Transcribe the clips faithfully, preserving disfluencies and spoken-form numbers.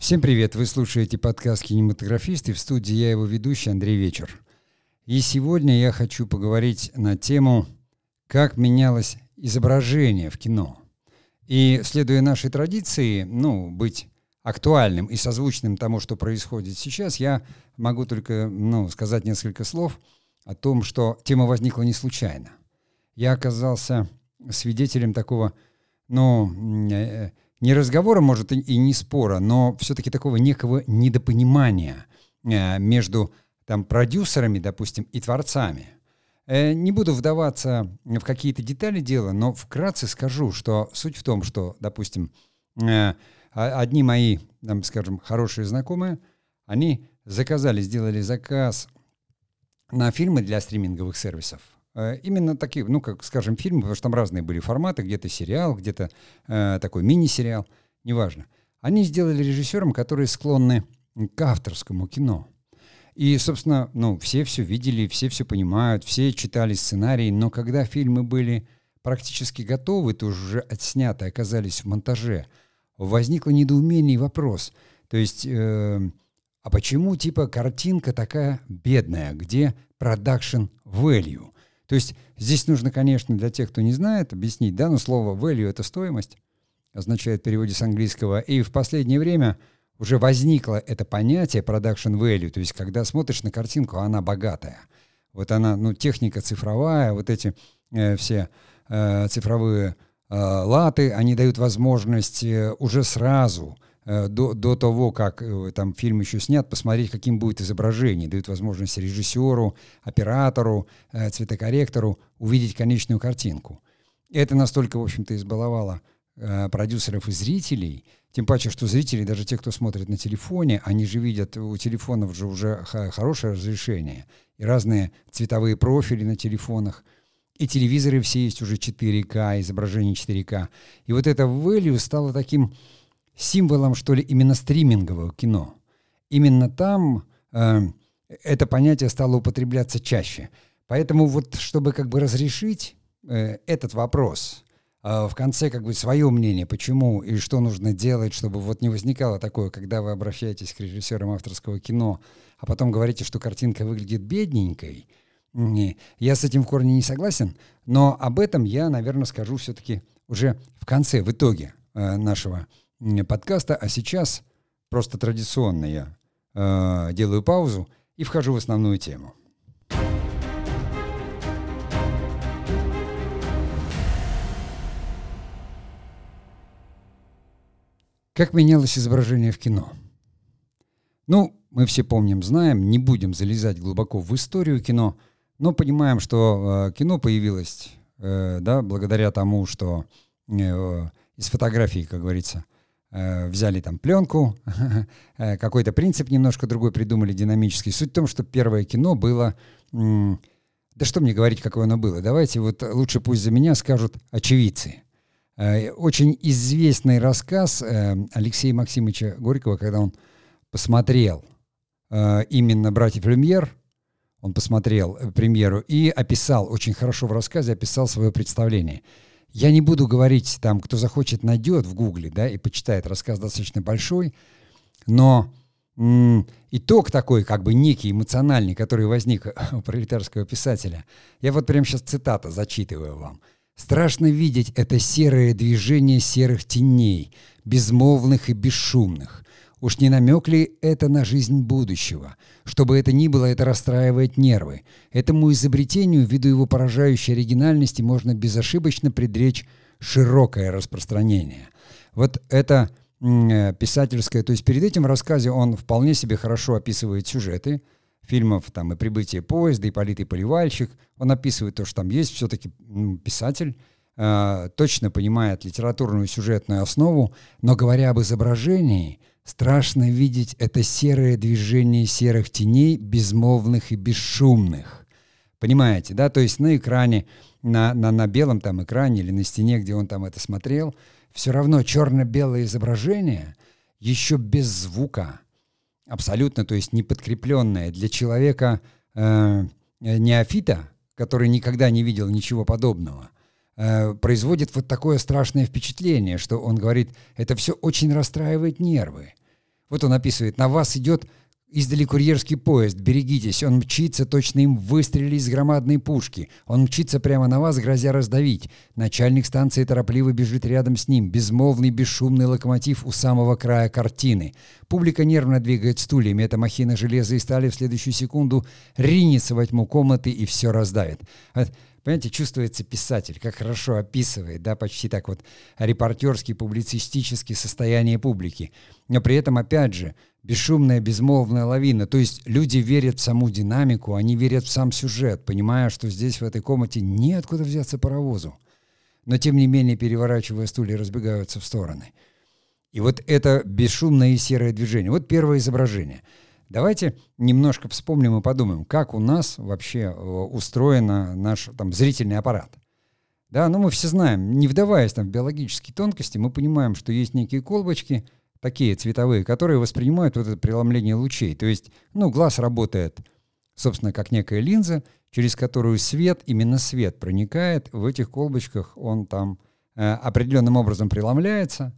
Всем привет! Вы слушаете подкаст «Кинематографисты», в студии я его ведущий Андрей Вечер. И сегодня я хочу поговорить на тему, как менялось изображение в кино. И, следуя нашей традиции, ну, быть актуальным и созвучным тому, что происходит сейчас, я могу только, ну, сказать несколько слов о том, что тема возникла не случайно. Я оказался свидетелем такого, ну, не разговора, может, и не спора, но все-таки такого некого недопонимания между там продюсерами, допустим, и творцами. Не буду вдаваться в какие-то детали дела, но вкратце скажу, что суть в том, что, допустим, одни мои, там, скажем, хорошие знакомые, они заказали, сделали заказ на фильмы для стриминговых сервисов. Именно такие, ну, как, скажем, фильмы, потому что там разные были форматы, где-то сериал, где-то э, такой мини-сериал, неважно. Они сделали режиссерам, которые склонны к авторскому кино. И, собственно, ну, все все видели, все все понимают, все читали сценарий, но когда фильмы были практически готовы, то уже отсняты, оказались в монтаже, возникло недоумение и вопрос. То есть, э, а почему, типа, картинка такая бедная, где production value? То есть здесь нужно, конечно, для тех, кто не знает, объяснить, да, но слово value — это стоимость, означает в переводе с английского, и в последнее время уже возникло это понятие production value, то есть когда смотришь на картинку, она богатая. Вот она, ну, техника цифровая, вот эти э, все э, цифровые э, латы, они дают возможность э, уже сразу, э, до, до того, как э, там фильм еще снят, посмотреть, каким будет изображение, дают возможность режиссеру, оператору, э, цветокорректору увидеть конечную картинку. И это настолько, в общем-то, избаловало э, продюсеров и зрителей, тем паче, что зрители, даже те, кто смотрит на телефоне, они же видят, у телефонов же уже х- хорошее разрешение, и разные цветовые профили на телефонах, и телевизоры все есть уже четыре ка, изображение четыре ка. И вот это value стало таким символом, что ли, именно стримингового кино. Именно там э, это понятие стало употребляться чаще. Поэтому вот, чтобы как бы разрешить э, этот вопрос, э, в конце как бы свое мнение, почему и что нужно делать, чтобы вот не возникало такое, когда вы обращаетесь к режиссерам авторского кино, а потом говорите, что картинка выглядит бедненькой. Я с этим в корне не согласен, но об этом я, наверное, скажу все-таки уже в конце, в итоге э, нашего подкаста, а сейчас просто традиционно я э, делаю паузу и вхожу в основную тему. Как менялось изображение в кино? Ну, мы все помним, знаем, не будем залезать глубоко в историю кино, но понимаем, что э, кино появилось э, да, благодаря тому, что э, из фотографий, как говорится, взяли там пленку, какой-то принцип немножко другой придумали, динамический. Суть в том, что первое кино было... М- да что мне говорить, какое оно было? Давайте вот лучше пусть за меня скажут очевидцы. Э- очень известный рассказ э- Алексея Максимовича Горького, когда он посмотрел э- именно «Братьев Люмьер», он посмотрел премьеру и описал, очень хорошо в рассказе описал свое представление. Я не буду говорить, там, кто захочет, найдет в гугле, да, и почитает, рассказ достаточно большой, но м- итог такой, как бы некий эмоциональный, который возник у пролетарского писателя, я вот прямо сейчас цитата зачитываю вам. «Страшно видеть это серое движение серых теней, безмолвных и бесшумных. Уж не намек ли это на жизнь будущего? Что бы это ни было, это расстраивает нервы. Этому изобретению, ввиду его поражающей оригинальности, можно безошибочно предречь широкое распространение». Вот это м- писательское... То есть перед этим в рассказе он вполне себе хорошо описывает сюжеты фильмов, там, и «Прибытие поезда», и «Ипполит и Поливальщик». Он описывает то, что там есть. Все-таки м- писатель э- точно понимает литературную сюжетную основу, но говоря об изображении... Страшно видеть это серое движение серых теней, безмолвных и бесшумных. Понимаете, да? То есть на экране, на, на, на белом там экране или на стене, где он там это смотрел, все равно черно-белое изображение, еще без звука, абсолютно, то есть не подкрепленное для человека э, неофита, который никогда не видел ничего подобного, э, производит вот такое страшное впечатление, что он говорит, это все очень расстраивает нервы. Вот он описывает: на вас идет издали курьерский поезд, берегитесь, он мчится, точно им выстрелили из громадной пушки. Он мчится прямо на вас, грозя раздавить. Начальник станции торопливо бежит рядом с ним, безмолвный, бесшумный локомотив у самого края картины. Публика нервно двигает стульями, эта махина железа и стали в следующую секунду ринется во тьму комнаты и все раздавит. Понимаете, чувствуется писатель, как хорошо описывает, да, почти так вот репортерски, публицистически состояние публики. Но при этом, опять же, бесшумная, безмолвная лавина. То есть люди верят в саму динамику, они верят в сам сюжет, понимая, что здесь, в этой комнате, неоткуда взяться паровозу. Но, тем не менее, переворачивая стулья, разбегаются в стороны. И вот это бесшумное и серое движение. Вот первое изображение. Давайте немножко вспомним и подумаем, как у нас вообще устроен наш там, зрительный аппарат. Да, ну мы все знаем, не вдаваясь там, в биологические тонкости, мы понимаем, что есть некие колбочки, такие цветовые, которые воспринимают вот это преломление лучей. То есть, ну, глаз работает, собственно, как некая линза, через которую свет, именно свет проникает, в этих колбочках он там э, определенным образом преломляется,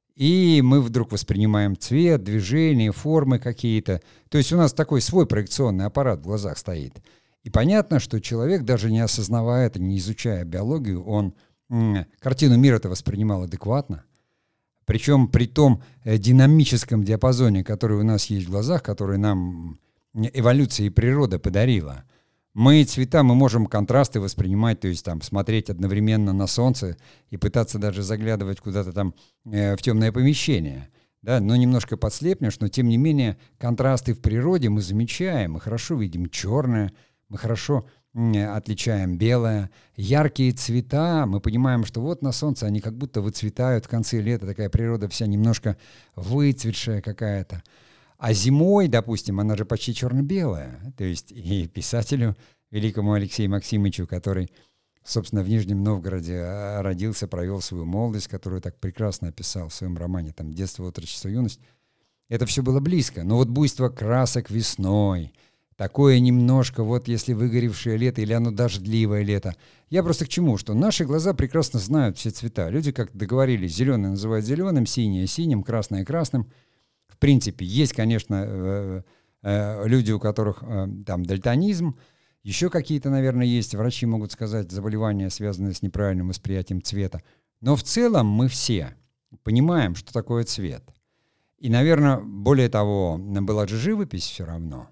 и мы вдруг воспринимаем цвет, движение, формы какие-то. То есть у нас такой свой проекционный аппарат в глазах стоит. И понятно, что человек, даже не осознавая это, не изучая биологию, он м- картину мира-то воспринимал адекватно. Причем при том э, динамическом диапазоне, который у нас есть в глазах, который нам эволюция и природа подарила. Мы цвета, мы можем контрасты воспринимать, то есть там смотреть одновременно на солнце и пытаться даже заглядывать куда-то там э, в темное помещение. Да? Но немножко подслепнешь, но тем не менее контрасты в природе мы замечаем, мы хорошо видим черное, мы хорошо э, отличаем белое. Яркие цвета, мы понимаем, что вот на солнце они как будто выцветают в конце лета, такая природа вся немножко выцветшая какая-то. А зимой, допустим, она же почти черно-белая. То есть и писателю, великому Алексею Максимовичу, который, собственно, в Нижнем Новгороде родился, провел свою молодость, которую так прекрасно описал в своем романе там «Детство, отрочество, юность», это все было близко. Но вот буйство красок весной, такое немножко, вот если выгоревшее лето или оно дождливое лето. Я просто к чему? Что наши глаза прекрасно знают все цвета. Люди, как договорились, зеленый называют зеленым, синее синим, красное красным. В принципе, есть, конечно, э, э, люди, у которых э, там дальтонизм, еще какие-то, наверное, есть, врачи могут сказать, заболевания, связанные с неправильным восприятием цвета. Но в целом мы все понимаем, что такое цвет. И, наверное, более того, была же живопись все равно.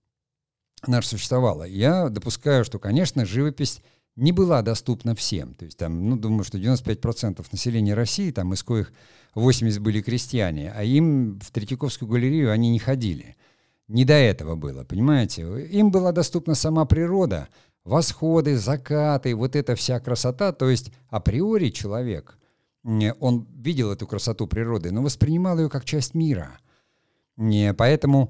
Она же существовала. Я допускаю, что, конечно, живопись не была доступна всем. То есть, там, ну, думаю, что девяносто пять процентов населения России, там, из коих восемьдесят были крестьяне, а им в Третьяковскую галерею они не ходили. Не до этого было, понимаете? Им была доступна сама природа, восходы, закаты, вот эта вся красота. То есть априори человек, он видел эту красоту природы, но воспринимал ее как часть мира. Поэтому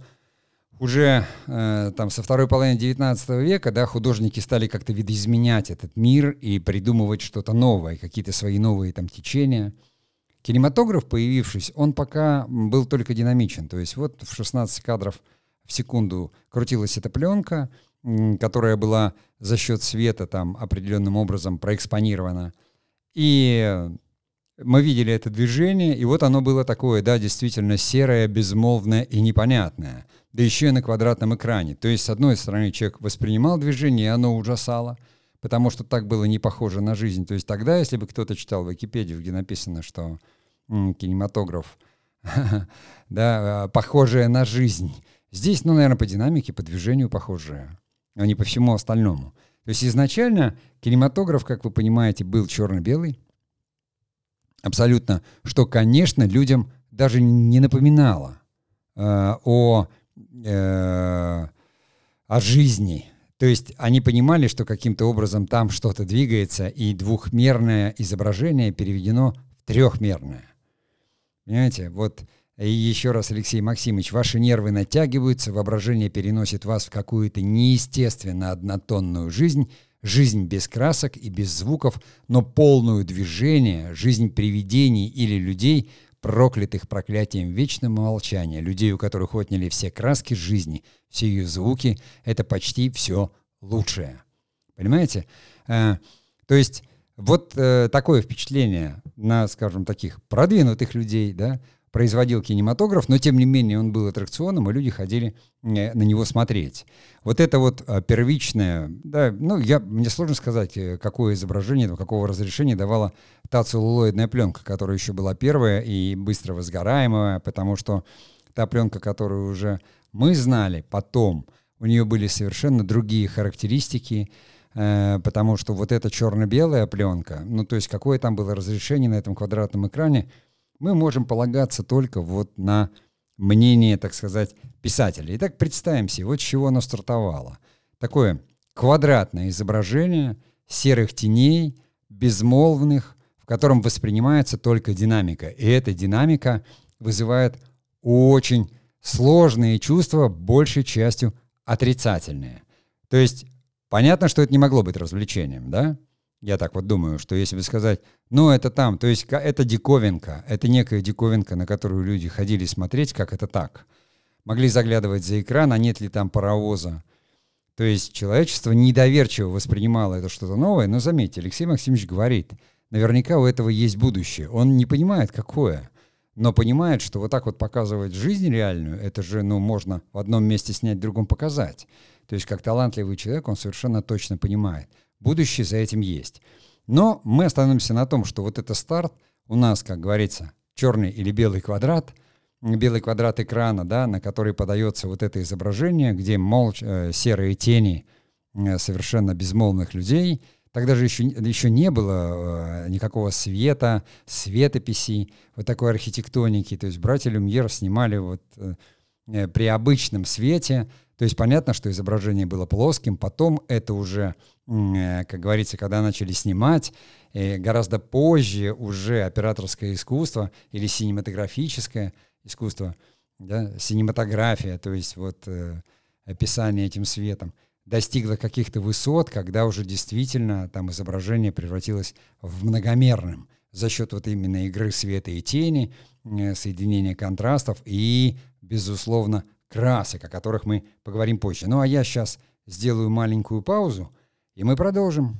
уже э, там со второй половины девятнадцатого века, да, художники стали как-то видоизменять этот мир и придумывать что-то новое, какие-то свои новые там течения. Кинематограф, появившись, он пока был только динамичен. То есть вот в шестнадцать кадров в секунду крутилась эта пленка, которая была за счет света там определенным образом проэкспонирована. И мы видели это движение, и вот оно было такое, да, действительно серое, безмолвное и непонятное. Да еще и на квадратном экране. То есть, с одной стороны, человек воспринимал движение, и оно ужасало, потому что так было не похоже на жизнь. То есть тогда, если бы кто-то читал Википедию, где написано, что м, кинематограф, да, похожее на жизнь, здесь, ну, наверное, по динамике, по движению похожее, а не по всему остальному. То есть изначально кинематограф, как вы понимаете, был черно-белый, абсолютно, что, конечно, людям даже не напоминало э, о, э, о жизни. То есть они понимали, что каким-то образом там что-то двигается, и двухмерное изображение переведено в трехмерное. Понимаете? Вот и еще раз, Алексей Максимович, ваши нервы натягиваются, воображение переносит вас в какую-то неестественно однотонную жизнь, жизнь без красок и без звуков, но полную движения, жизнь привидений или людей, проклятых проклятием вечного молчания, людей, у которых отняли все краски жизни, все ее звуки, это почти все лучшее. Понимаете? А, то есть вот э, такое впечатление на, скажем, таких продвинутых людей, да, производил кинематограф, но тем не менее он был аттракционом, и люди ходили на него смотреть. Вот это вот первичное, да, ну, я, мне сложно сказать, какое изображение, какого разрешения давала та целлулоидная пленка, которая еще была первая и быстро возгораемая, потому что та пленка, которую уже мы знали потом, у нее были совершенно другие характеристики, э, потому что вот эта черно-белая пленка, ну, то есть какое там было разрешение на этом квадратном экране, мы можем полагаться только вот на мнение, так сказать, писателя. Итак, представим себе, вот с чего оно стартовало. Такое квадратное изображение серых теней, безмолвных, в котором воспринимается только динамика. И эта динамика вызывает очень сложные чувства, большей частью отрицательные. То есть понятно, что это не могло быть развлечением, да? Я так вот думаю, что если бы сказать, ну, это там, то есть это диковинка, это некая диковинка, на которую люди ходили смотреть, как это так. Могли заглядывать за экран, а нет ли там паровоза. То есть человечество недоверчиво воспринимало это что-то новое, но заметьте, Алексей Максимович говорит, наверняка у этого есть будущее. Он не понимает, какое, но понимает, что вот так вот показывать жизнь реальную, это же, ну, можно в одном месте снять, в другом показать. То есть как талантливый человек, он совершенно точно понимает. Будущее за этим есть. Но мы остановимся на том, что вот это старт у нас, как говорится, черный или белый квадрат, белый квадрат экрана, да, на который подается вот это изображение, где молч, э, серые тени э, совершенно безмолвных людей. Тогда же еще, еще не было э, никакого света, светописи, вот такой архитектоники. То есть братья Люмьер снимали вот э, при обычном свете. То есть понятно, что изображение было плоским, потом это уже, как говорится, когда начали снимать, гораздо позже уже операторское искусство или синематографическое искусство, да, синематография, то есть вот описание этим светом, достигло каких-то высот, когда уже действительно там изображение превратилось в многомерным за счет вот именно игры света и тени, соединения контрастов и, безусловно, красок, о которых мы поговорим позже. Ну а я сейчас сделаю маленькую паузу, и мы продолжим.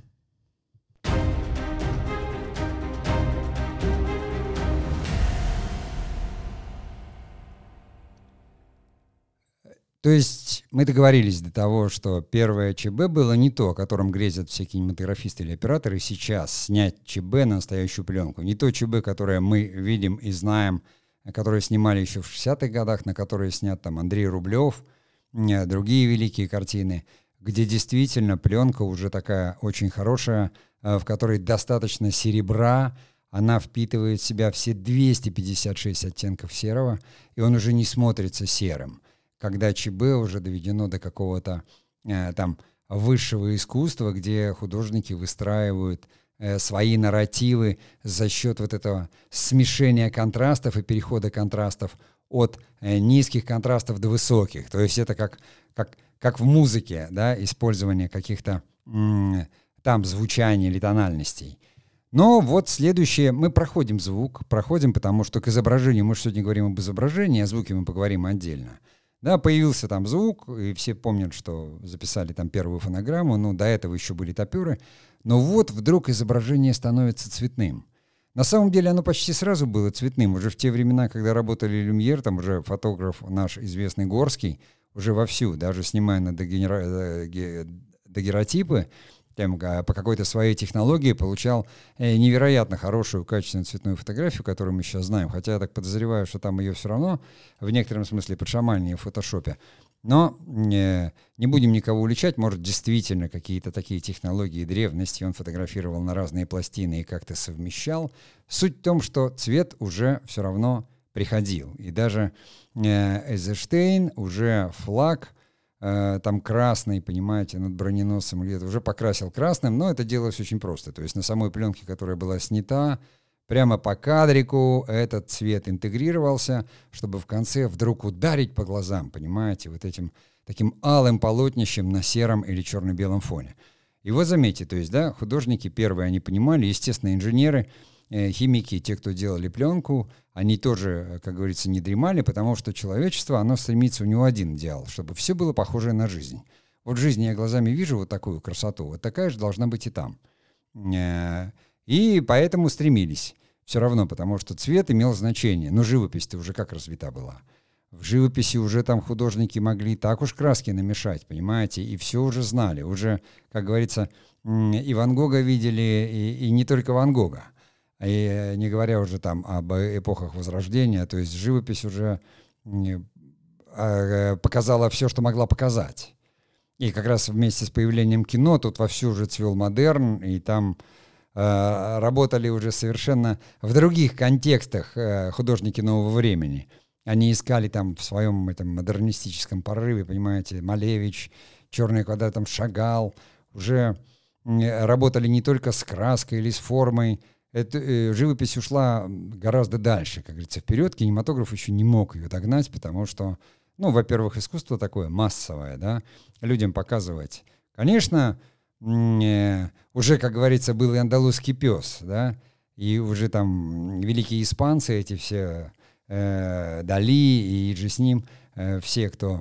То есть мы договорились до того, что первое ЧБ было не то, о котором грезят все кинематографисты или операторы сейчас, снять ЧБ на настоящую пленку. Не то ЧБ, которое мы видим и знаем, которые снимали еще в шестидесятых годах, на которые снят там Андрей Рублев, другие великие картины, где действительно пленка уже такая очень хорошая, в которой достаточно серебра, она впитывает в себя все двести пятьдесят шесть оттенков серого, и он уже не смотрится серым. Когда ЧБ уже доведено до какого-то э, там высшего искусства, где художники выстраивают свои нарративы за счет вот этого смешения контрастов и перехода контрастов от э, низких контрастов до высоких. То есть это как, как, как в музыке, да, использование каких-то м- там звучаний или тональностей. Но вот следующее, мы проходим звук, проходим, потому что к изображению, мы же сегодня говорим об изображении, о звуке мы поговорим отдельно. Да, появился там звук, и все помнят, что записали там первую фонограмму, ну, до этого еще были топюры, но вот вдруг изображение становится цветным. На самом деле оно почти сразу было цветным. Уже в те времена, когда работали Люмьер, там уже фотограф наш известный Горский, уже вовсю, даже снимая на дагера... дагеротипы, там, по какой-то своей технологии получал невероятно хорошую, качественную цветную фотографию, которую мы сейчас знаем. Хотя я так подозреваю, что там ее все равно в некотором смысле подшамальнее в фотошопе. Но э, не будем никого уличать, может, действительно какие-то такие технологии древности он фотографировал на разные пластины и как-то совмещал. Суть в том, что цвет уже все равно приходил. И даже э, Эйзенштейн, уже флаг, э, там красный, понимаете, над броненосцем где-то уже покрасил красным, но это делалось очень просто. То есть на самой пленке, которая была снята, прямо по кадрику этот цвет интегрировался, чтобы в конце вдруг ударить по глазам, понимаете, вот этим таким алым полотнищем на сером или черно-белом фоне. И вот заметьте, то есть, да, художники первые, они понимали, естественно, инженеры, э, химики, те, кто делали пленку, они тоже, как говорится, не дремали, потому что человечество, оно стремится, у него один идеал, чтобы все было похоже на жизнь. Вот в жизни я глазами вижу вот такую красоту, вот такая же должна быть и там. Э, И поэтому стремились. Все равно, потому что цвет имел значение. Но живопись-то уже как развита была. В живописи уже там художники могли так уж краски намешать, понимаете, и все уже знали. Уже, как говорится, и Ван Гога видели, и, и не только Ван Гога. И не говоря уже там об эпохах Возрождения, то есть живопись уже показала все, что могла показать. И как раз вместе с появлением кино тут вовсю уже цвел модерн, и там э, работали уже совершенно в других контекстах э, художники нового времени. Они искали там в своем этом модернистическом порыве, понимаете, Малевич, черные квадраты, там Шагал, уже э, работали не только с краской или с формой. Это, э, живопись ушла гораздо дальше, как говорится, вперед. Кинематограф еще не мог ее догнать, потому что, ну, во-первых, искусство такое массовое, да, людям показывать. Конечно, э, уже, как говорится, был и андалузский пес, да, и уже там великие испанцы, эти все, э, Дали и же с ним, э, все, кто,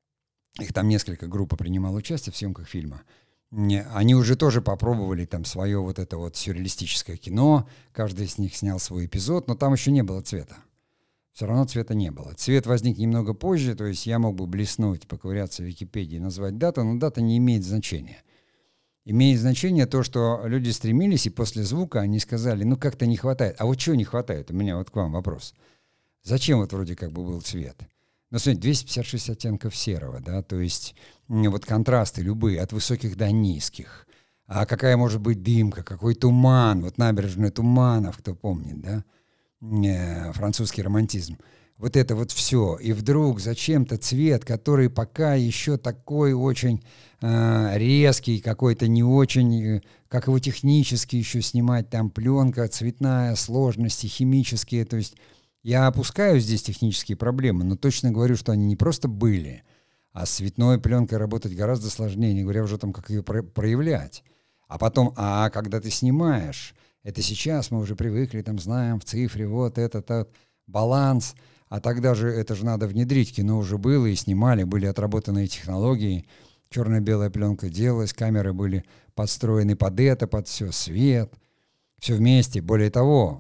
их там несколько групп принимало участие в съемках фильма, они уже тоже попробовали там свое вот это вот сюрреалистическое кино, каждый из них снял свой эпизод, но там еще не было цвета. Все равно цвета не было. Цвет возник немного позже, то есть я мог бы блеснуть, поковыряться в Википедии, назвать дату, но дата не имеет значения. Имеет значение то, что люди стремились, и после звука они сказали, ну как-то не хватает. А вот чего не хватает? У меня вот к вам вопрос. Зачем вот вроде как бы был цвет? Ну, смотрите, двести пятьдесят шесть оттенков серого, да, то есть вот контрасты любые, от высоких до низких. А какая может быть дымка, какой туман, вот набережная Туманов, кто помнит, да, э, французский романтизм. Вот это вот все. И вдруг зачем-то цвет, который пока еще такой очень э, резкий, какой-то не очень, э, как его технически еще снимать, там пленка цветная, сложности химические, то есть я опускаю здесь технические проблемы, но точно говорю, что они не просто были, а с цветной пленкой работать гораздо сложнее, не говоря уже о том, как ее про- проявлять. А потом, а когда ты снимаешь, это сейчас мы уже привыкли, там знаем в цифре, вот этот, этот баланс, а тогда же это же надо внедрить, кино уже было и снимали, были отработанные технологии, черно-белая пленка делалась, камеры были подстроены под это, под все, свет, все вместе, более того,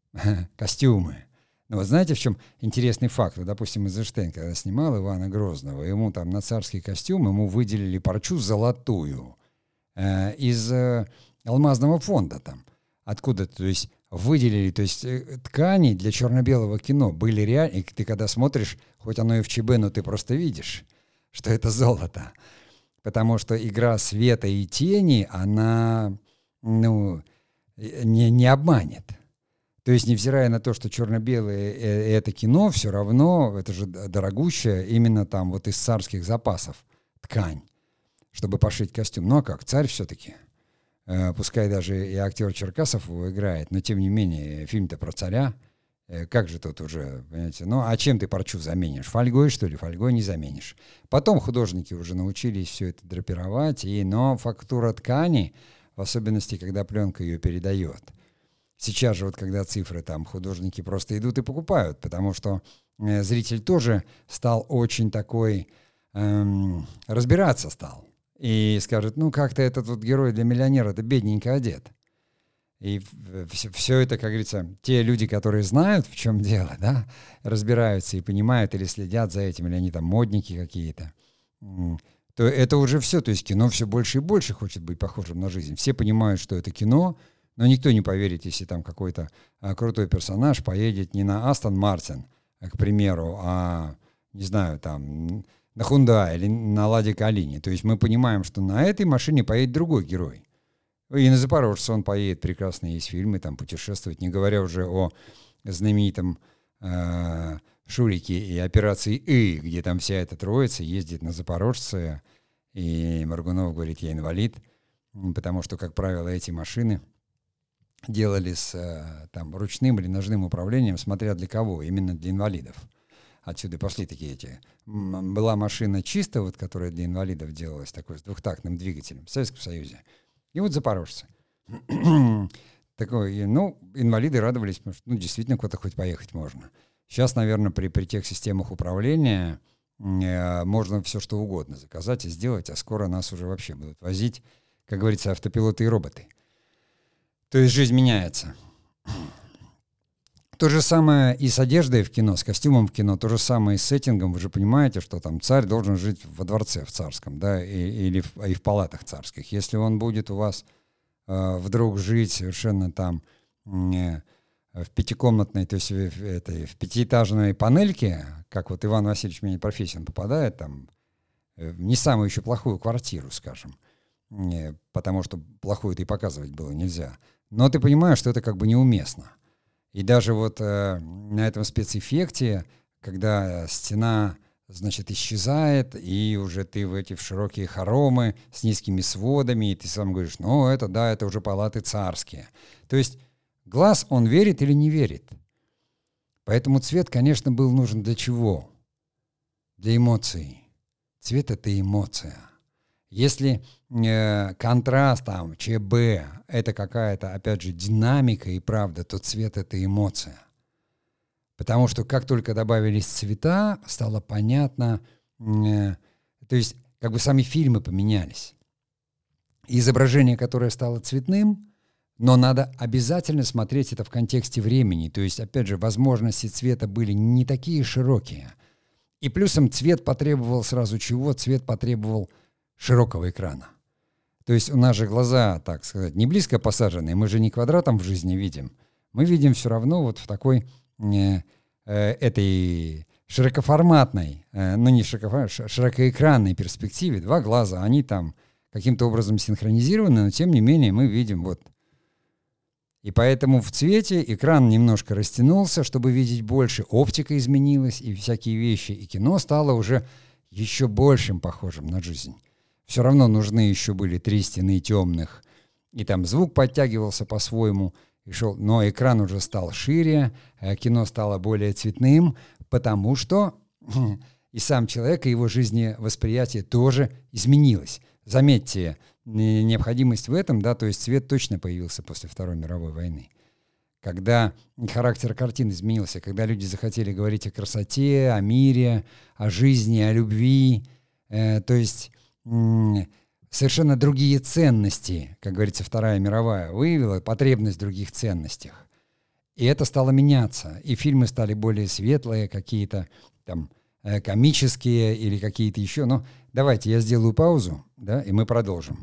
костюмы. Ну вот знаете, в чем интересный факт? Вот, допустим, Эйзенштейн, когда снимал Ивана Грозного, ему там на царский костюм ему выделили парчу золотую э, из э, алмазного фонда там. Откуда-то, то есть выделили, то есть э, ткани для черно-белого кино были реальны, и ты когда смотришь, хоть оно и в ЧБ, но ты просто видишь, что это золото. Потому что игра света и тени, она, ну, не, не обманет. То есть, невзирая на то, что черно-белое — это кино, все равно это же дорогущая именно там вот из царских запасов ткань, чтобы пошить костюм. Ну а как, царь все-таки. Э, пускай даже и актер Черкасов его играет, но тем не менее, фильм-то про царя. Э, как же тут уже, понимаете, ну а чем ты парчу заменишь? Фольгой, что ли? Фольгой не заменишь. Потом художники уже научились все это драпировать, и, но фактура ткани, в особенности, когда пленка ее передает. Сейчас же вот когда цифры там, художники просто идут и покупают, потому что э, зритель тоже стал очень такой, эм, разбираться стал. И скажет, ну как-то этот вот герой для миллионера-то бедненько одет. И все, все это, как говорится, те люди, которые знают, в чем дело, да, разбираются и понимают или следят за этим, или они там модники какие-то, то это уже все. То есть кино все больше и больше хочет быть похожим на жизнь. Все понимают, что это кино, но никто не поверит, если там какой-то а, крутой персонаж поедет не на Астон Мартин, к примеру, а, не знаю, там, на Hyundai или на Ладе Калине. То есть мы понимаем, что на этой машине поедет другой герой. И на Запорожце он поедет, прекрасно есть фильмы, там, путешествовать, не говоря уже о знаменитом э, Шурике и операции «И», где там вся эта троица ездит на Запорожце, и Моргунов говорит, я инвалид, потому что, как правило, эти машины делали с там, ручным или ножным управлением, смотря для кого, именно для инвалидов. Отсюда пошли такие эти. Была машина чисто, вот, которая для инвалидов делалась, такой с двухтактным двигателем в Советском Союзе. И вот запорожцы. Такой, ну, инвалиды радовались, потому что, ну, действительно, куда-то хоть поехать можно. Сейчас, наверное, при, при тех системах управления э, можно все что угодно заказать и сделать, а скоро нас уже вообще будут возить, как говорится, автопилоты и роботы. То есть жизнь меняется. То же самое и с одеждой в кино, с костюмом в кино, то же самое и с сеттингом. Вы же понимаете, что там царь должен жить во дворце в царском, да, и, или в, и в палатах царских. Если он будет у вас э, вдруг жить совершенно там э, в пятикомнатной, то есть в, в, этой, в пятиэтажной панельке, как вот Иван Васильевич меня профессион попадает там, э, в не самую еще плохую квартиру, скажем, э, потому что плохую-то и показывать было нельзя. Но ты понимаешь, что это как бы неуместно. И даже вот э, на этом спецэффекте, когда стена, значит, исчезает, и уже ты в эти в широкие хоромы с низкими сводами, и ты сам говоришь, ну, это да, это уже палаты царские. То есть глаз, он верит или не верит? Поэтому цвет, конечно, был нужен для чего? Для эмоций. Цвет — это эмоция. Если э, контраст, там, ЧБ, это какая-то, опять же, динамика и правда, то цвет — это эмоция. Потому что как только добавились цвета, стало понятно, э, то есть как бы сами фильмы поменялись. Изображение, которое стало цветным, но надо обязательно смотреть это в контексте времени. То есть, опять же, возможности цвета были не такие широкие. И плюсом цвет потребовал сразу чего? Цвет потребовал широкого экрана. То есть у нас же глаза, так сказать, не близко посаженные, мы же не квадратом в жизни видим. Мы видим все равно вот в такой э, э, этой широкоформатной, э, ну не широкоформатной, широкоэкранной перспективе. Два глаза, они там каким-то образом синхронизированы, но тем не менее мы видим вот. И поэтому в цвете экран немножко растянулся, чтобы видеть больше, оптика изменилась и всякие вещи, и кино стало уже еще большим похожим на жизнь. Все равно нужны еще были три стены темных, и там звук подтягивался по-своему, и шел, но экран уже стал шире, кино стало более цветным, потому что и сам человек, и его жизневосприятие тоже изменилось. Заметьте, необходимость в этом, да, то есть цвет точно появился после Второй мировой войны. Когда характер картин изменился, когда люди захотели говорить о красоте, о мире, о жизни, о любви, э, то есть м- совершенно другие ценности, как говорится, Вторая мировая выявила потребность в других ценностях. И это стало меняться, и фильмы стали более светлые, какие-то там э, комические или какие-то еще. Но давайте я сделаю паузу, да, и мы продолжим.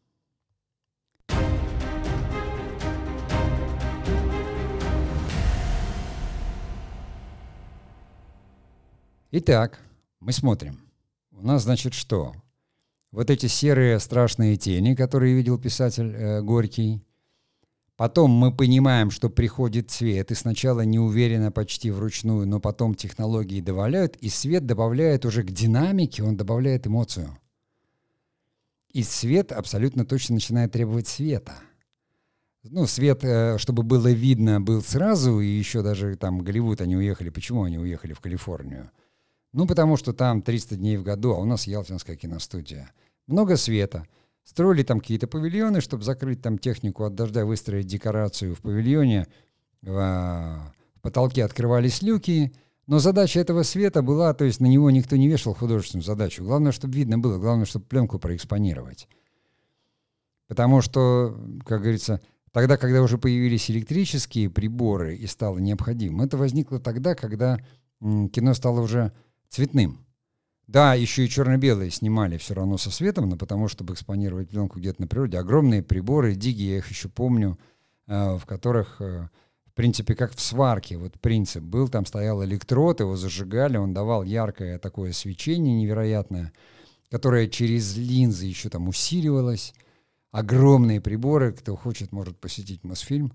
Итак, мы смотрим. У нас, значит, что? Вот эти серые страшные тени, которые видел писатель э, Горький. Потом мы понимаем, что приходит цвет, и сначала неуверенно, почти вручную, но потом технологии добавляют, и свет добавляет уже к динамике, он добавляет эмоцию. И свет абсолютно точно начинает требовать света. Ну, свет, э, чтобы было видно, был сразу, и еще даже там Голливуд, они уехали. Почему они уехали в Калифорнию? Ну, потому что там триста дней в году, а у нас Ялтинская киностудия. Много света. Строили там какие-то павильоны, чтобы закрыть там технику от дождя, выстроить декорацию в павильоне. В потолке открывались люки. Но задача этого света была, то есть на него никто не вешал художественную задачу. Главное, чтобы видно было, главное, чтобы пленку проэкспонировать. Потому что, как говорится, тогда, когда уже появились электрические приборы и стало необходимым, это возникло тогда, когда м, кино стало уже цветным. Да, еще и черно-белые снимали все равно со светом, но потому что, чтобы экспонировать пленку где-то на природе. Огромные приборы, диги, я их еще помню, э, в которых, э, в принципе, как в сварке, вот принцип был, там стоял электрод, его зажигали, он давал яркое такое свечение невероятное, которое через линзы еще там усиливалось. Огромные приборы, кто хочет, может посетить Мосфильм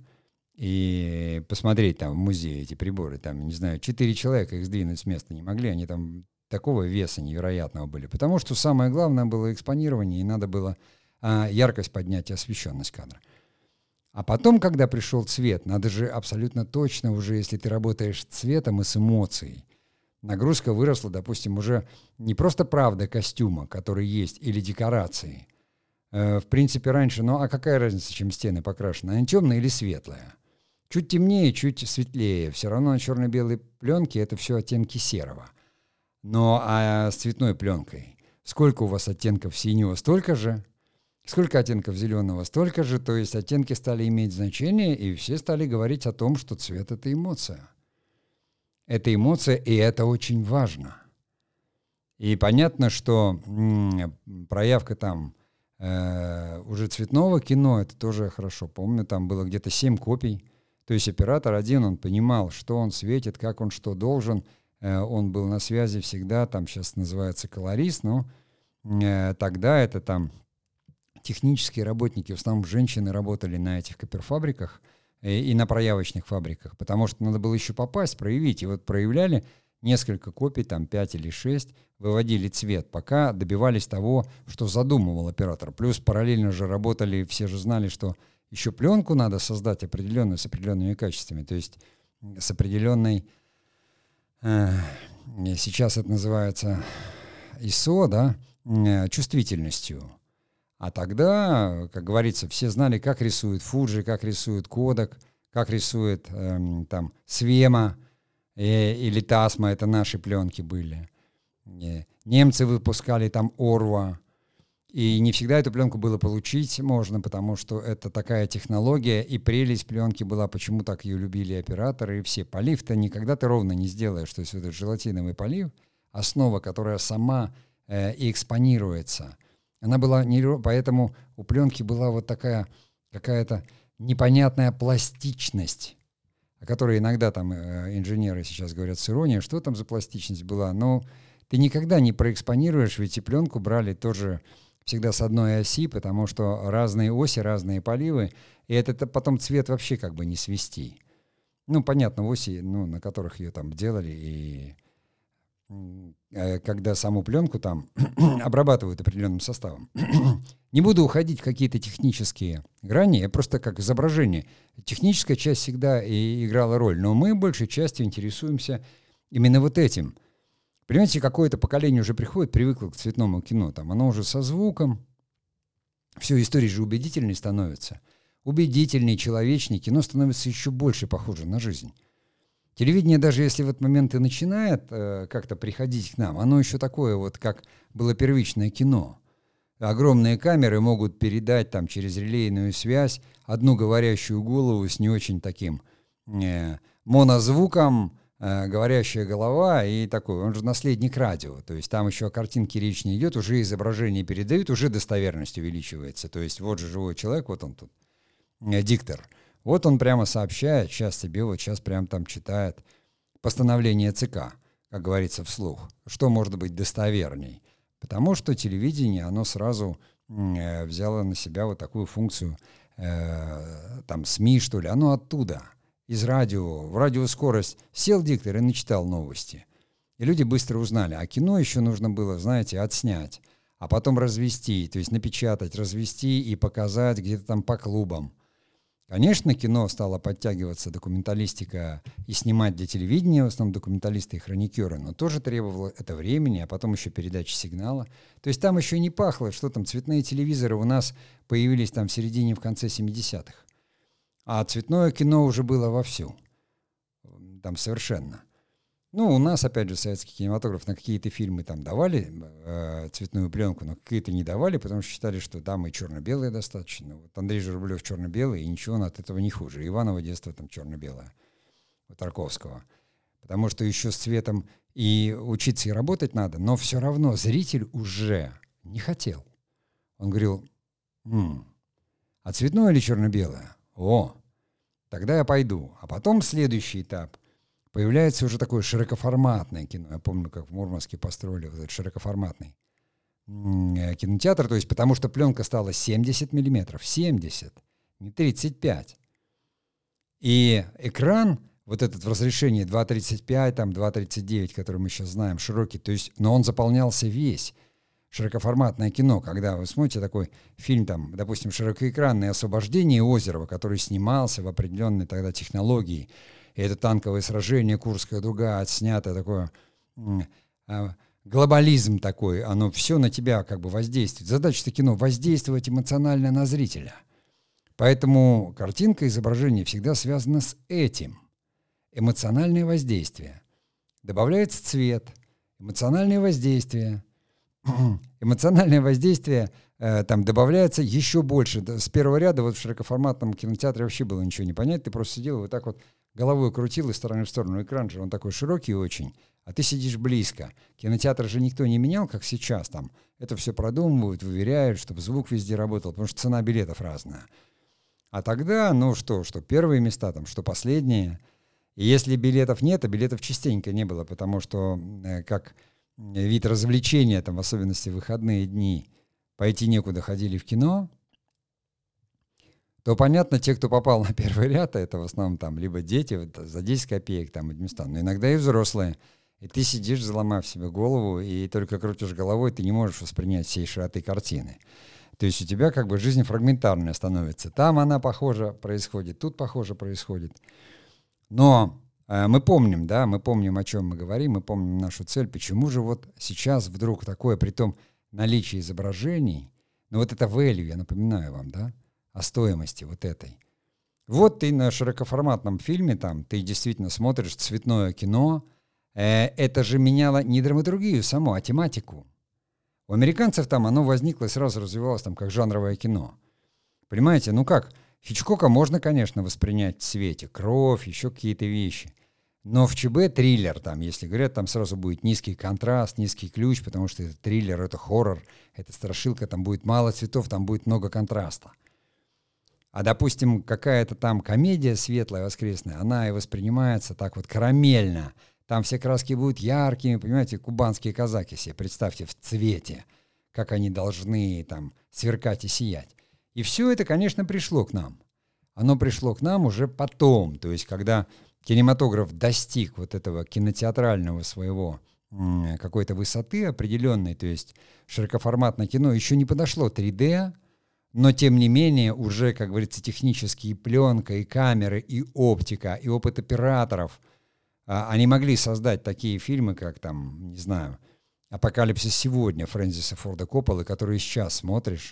и посмотреть там в музее эти приборы. Там, не знаю, четыре человека их сдвинуть с места не могли, они там такого веса невероятного были. Потому что самое главное было экспонирование, и надо было а, яркость поднять и освещенность кадра. А потом, когда пришел цвет, надо же абсолютно точно уже, если ты работаешь с цветом и с эмоцией, нагрузка выросла, допустим, уже не просто правда костюма, который есть, или декорации. Э, в принципе, раньше, ну а какая разница, чем стены покрашены? Они темные или светлые? Чуть темнее, чуть светлее. Все равно на черно-белой пленке это все оттенки серого. Но а с цветной пленкой сколько у вас оттенков синего? Столько же. Сколько оттенков зеленого? Столько же, то есть оттенки стали иметь значение, и все стали говорить о том, что цвет — это эмоция. Это эмоция, и это очень важно. И понятно, что м- проявка там э- уже цветного кино, это тоже хорошо. Помню, там было где-то семь копий. То есть оператор один, он понимал, что он светит, как он что должен. Э- он был на связи всегда, там сейчас называется колорист, но э- тогда это там технические работники, в основном женщины, работали на этих копирфабриках и, и на проявочных фабриках, потому что надо было еще попасть, проявить. И вот проявляли несколько копий, там пять или шесть, выводили цвет, пока добивались того, что задумывал оператор. Плюс параллельно же работали, все же знали, что еще пленку надо создать определенную, с определенными качествами, то есть с определенной, э, сейчас это называется ай эс о, да, э, чувствительностью. А тогда, как говорится, все знали, как рисует Fuji, как рисует Kodak, как рисует эм, там Свема э, или Tasma, это наши пленки были. Э, немцы выпускали там Орва, и не всегда эту пленку было получить можно, потому что это такая технология, и прелесть пленки была, почему так ее любили операторы и все. Полив-то никогда ты ровно не сделаешь, то есть вот этот желатиновый полив, основа, которая сама э, и экспонируется. Она была не... Поэтому у пленки была вот такая какая-то непонятная пластичность, о которой иногда там э, инженеры сейчас говорят с иронией, что там за пластичность была. Но ты никогда не проэкспонируешь, ведь и пленку брали тоже всегда с одной оси, потому что разные оси, разные поливы, и это, это потом цвет вообще как бы не свести. Ну, понятно, оси, ну, на которых ее там делали, и когда саму пленку там обрабатывают определенным составом. Не буду уходить в какие-то технические грани, я просто как изображение. Техническая часть всегда и играла роль, но мы большей частью интересуемся именно вот этим. Понимаете, какое-то поколение уже приходит, привыкло к цветному кино, там оно уже со звуком, все, истории же убедительнее становятся. Убедительнее, человечнее, кино становится еще больше похоже на жизнь. Телевидение, даже если в этот момент и начинает э, как-то приходить к нам, оно еще такое вот, как было первичное кино. Огромные камеры могут передать там через релейную связь одну говорящую голову с не очень таким э, монозвуком, э, говорящая голова и такой, он же наследник радио, то есть там еще о картинке речь не идет, уже изображение передают, уже достоверность увеличивается, то есть вот же живой человек, вот он тут, э, диктор. Вот он прямо сообщает, сейчас тебе, вот сейчас прямо там читает постановление ЦК, как говорится вслух. Что может быть достоверней? Потому что телевидение, оно сразу э, взяло на себя вот такую функцию, э, там, СМИ, что ли, оно оттуда, из радио, в радиоскорость сел диктор и начитал новости. И люди быстро узнали. А кино еще нужно было, знаете, отснять, а потом развести, то есть напечатать, развести и показать где-то там по клубам. Конечно, кино стало подтягиваться, документалистика, и снимать для телевидения, в основном документалисты и хроникеры, но тоже требовало это времени, а потом еще передачи сигнала. То есть там еще не пахло, что там цветные телевизоры у нас появились там в середине, в конце семидесятых. А цветное кино уже было вовсю. Там совершенно. Ну, у нас, опять же, советский кинематограф на какие-то фильмы там давали э, цветную пленку, но какие-то не давали, потому что считали, что там и черно-белое достаточно. Вот Андрей Журавлев черно-белый, и ничего он от этого не хуже. Иваново детство там черно-белое у Тарковского. Потому что еще с цветом и учиться, и работать надо, но все равно зритель уже не хотел. Он говорил, м-м, а цветное или черно-белое? О, тогда я пойду. А потом следующий этап. Появляется уже такое широкоформатное кино. Я помню, как в Мурманске построили вот этот широкоформатный кинотеатр, то есть потому что пленка стала семьдесят миллиметров, семьдесят, не тридцать пять. И экран, вот этот в разрешении два тридцать пять, там два тридцать девять, который мы сейчас знаем, широкий, то есть, но он заполнялся весь. Широкоформатное кино, когда вы смотрите такой фильм, там, допустим, широкоэкранное «Освобождение» Озерова, который снимался в определенной тогда технологии, и это танковое сражение, Курская дуга, отснято такое, э, глобализм такой, оно все на тебя как бы воздействует. Задача-то кино — воздействовать эмоционально на зрителя. Поэтому картинка, изображение всегда связано с этим. Эмоциональное воздействие. Добавляется цвет, эмоциональное воздействие. Эмоциональное воздействие э, там добавляется еще больше. С первого ряда вот в широкоформатном кинотеатре вообще было ничего не понять. Ты просто сидел и вот так вот головой крутил из стороны в сторону. Экран же, он такой широкий очень, а ты сидишь близко. Кинотеатр же никто не менял, как сейчас там. Это все продумывают, выверяют, чтобы звук везде работал, потому что цена билетов разная. А тогда, ну что, что первые места там, что последние. И если билетов нет, а билетов частенько не было, потому что э, как вид развлечения, там, в особенности в выходные дни, пойти некуда, ходили в кино, то, понятно, те, кто попал на первый ряд, это в основном там либо дети вот, за десять копеек, там, места, но иногда и взрослые. И ты сидишь, заломав себе голову, и только крутишь головой, ты не можешь воспринять всей широты картины. То есть у тебя как бы жизнь фрагментарная становится. Там она похоже происходит, тут похоже происходит. Но э, мы помним, да, мы помним, о чем мы говорим, мы помним нашу цель. Почему же вот сейчас вдруг такое, при том наличии изображений, ну вот это value, я напоминаю вам, да, о стоимости вот этой. Вот ты на широкоформатном фильме, там, ты действительно смотришь цветное кино, э, это же меняло не драматургию саму, а тематику. У американцев там оно возникло и сразу развивалось там как жанровое кино. Понимаете, ну как, Хичкока можно, конечно, воспринять в цвете, кровь, еще какие-то вещи. Но в ЧБ триллер, там, если говорят, там сразу будет низкий контраст, низкий ключ, потому что это триллер, это хоррор, это страшилка, там будет мало цветов, там будет много контраста. А, допустим, какая-то там комедия светлая, воскресная, она и воспринимается так вот карамельно. Там все краски будут яркими, понимаете, кубанские казаки себе, представьте, в цвете, как они должны там сверкать и сиять. И все это, конечно, пришло к нам. Оно пришло к нам уже потом, то есть когда кинематограф достиг вот этого кинотеатрального своего м- какой-то высоты определенной, то есть широкоформатное кино еще не подошло три дэ, но тем не менее уже, как говорится, технически и пленка, и камеры, и оптика, и опыт операторов, а, они могли создать такие фильмы, как там, не знаю, «Апокалипсис сегодня» Фрэнсиса Форда Копполы, которые сейчас смотришь,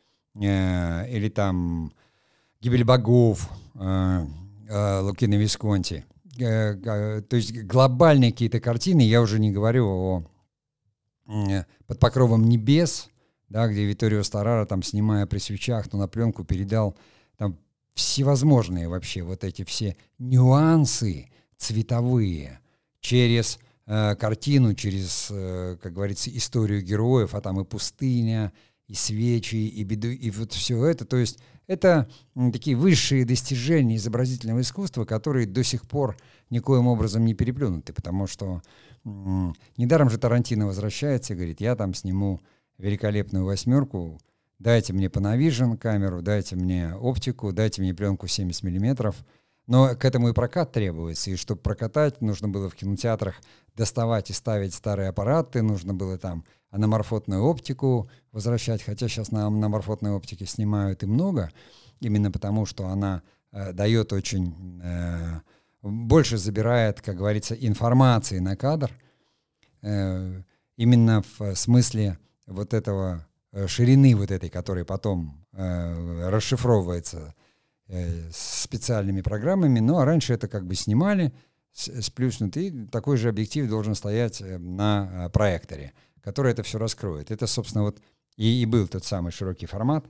э, или там «Гибель богов» э, э, Лукино Висконти. Э, э, то есть глобальные какие-то картины, я уже не говорю о э, «Под покровом небес», да, где Витторио Стараро, там, снимая при свечах, но на пленку передал там всевозможные вообще вот эти все нюансы цветовые через э, картину, через, э, как говорится, историю героев, а там и пустыня, и свечи, и беду, и вот все это. То есть это м, такие высшие достижения изобразительного искусства, которые до сих пор никоим образом не переплюнуты, потому что м, недаром же Тарантино возвращается и говорит, я там сниму великолепную восьмерку, дайте мне Panavision камеру, дайте мне оптику, дайте мне пленку семьдесят миллиметров. Но к этому и прокат требуется, и чтобы прокатать, нужно было в кинотеатрах доставать и ставить старые аппараты, нужно было там аноморфотную оптику возвращать, хотя сейчас на аноморфотной оптике снимают и много, именно потому что она э, дает очень, э, больше забирает, как говорится, информации на кадр, э, именно в смысле вот этого э, ширины вот этой, которая потом э, расшифровывается э, специальными программами. Ну, а раньше это как бы снимали, с, сплюснутый, и такой же объектив должен стоять э, на э, проекторе, который это все раскроет. Это, собственно, вот и, и был тот самый широкий формат,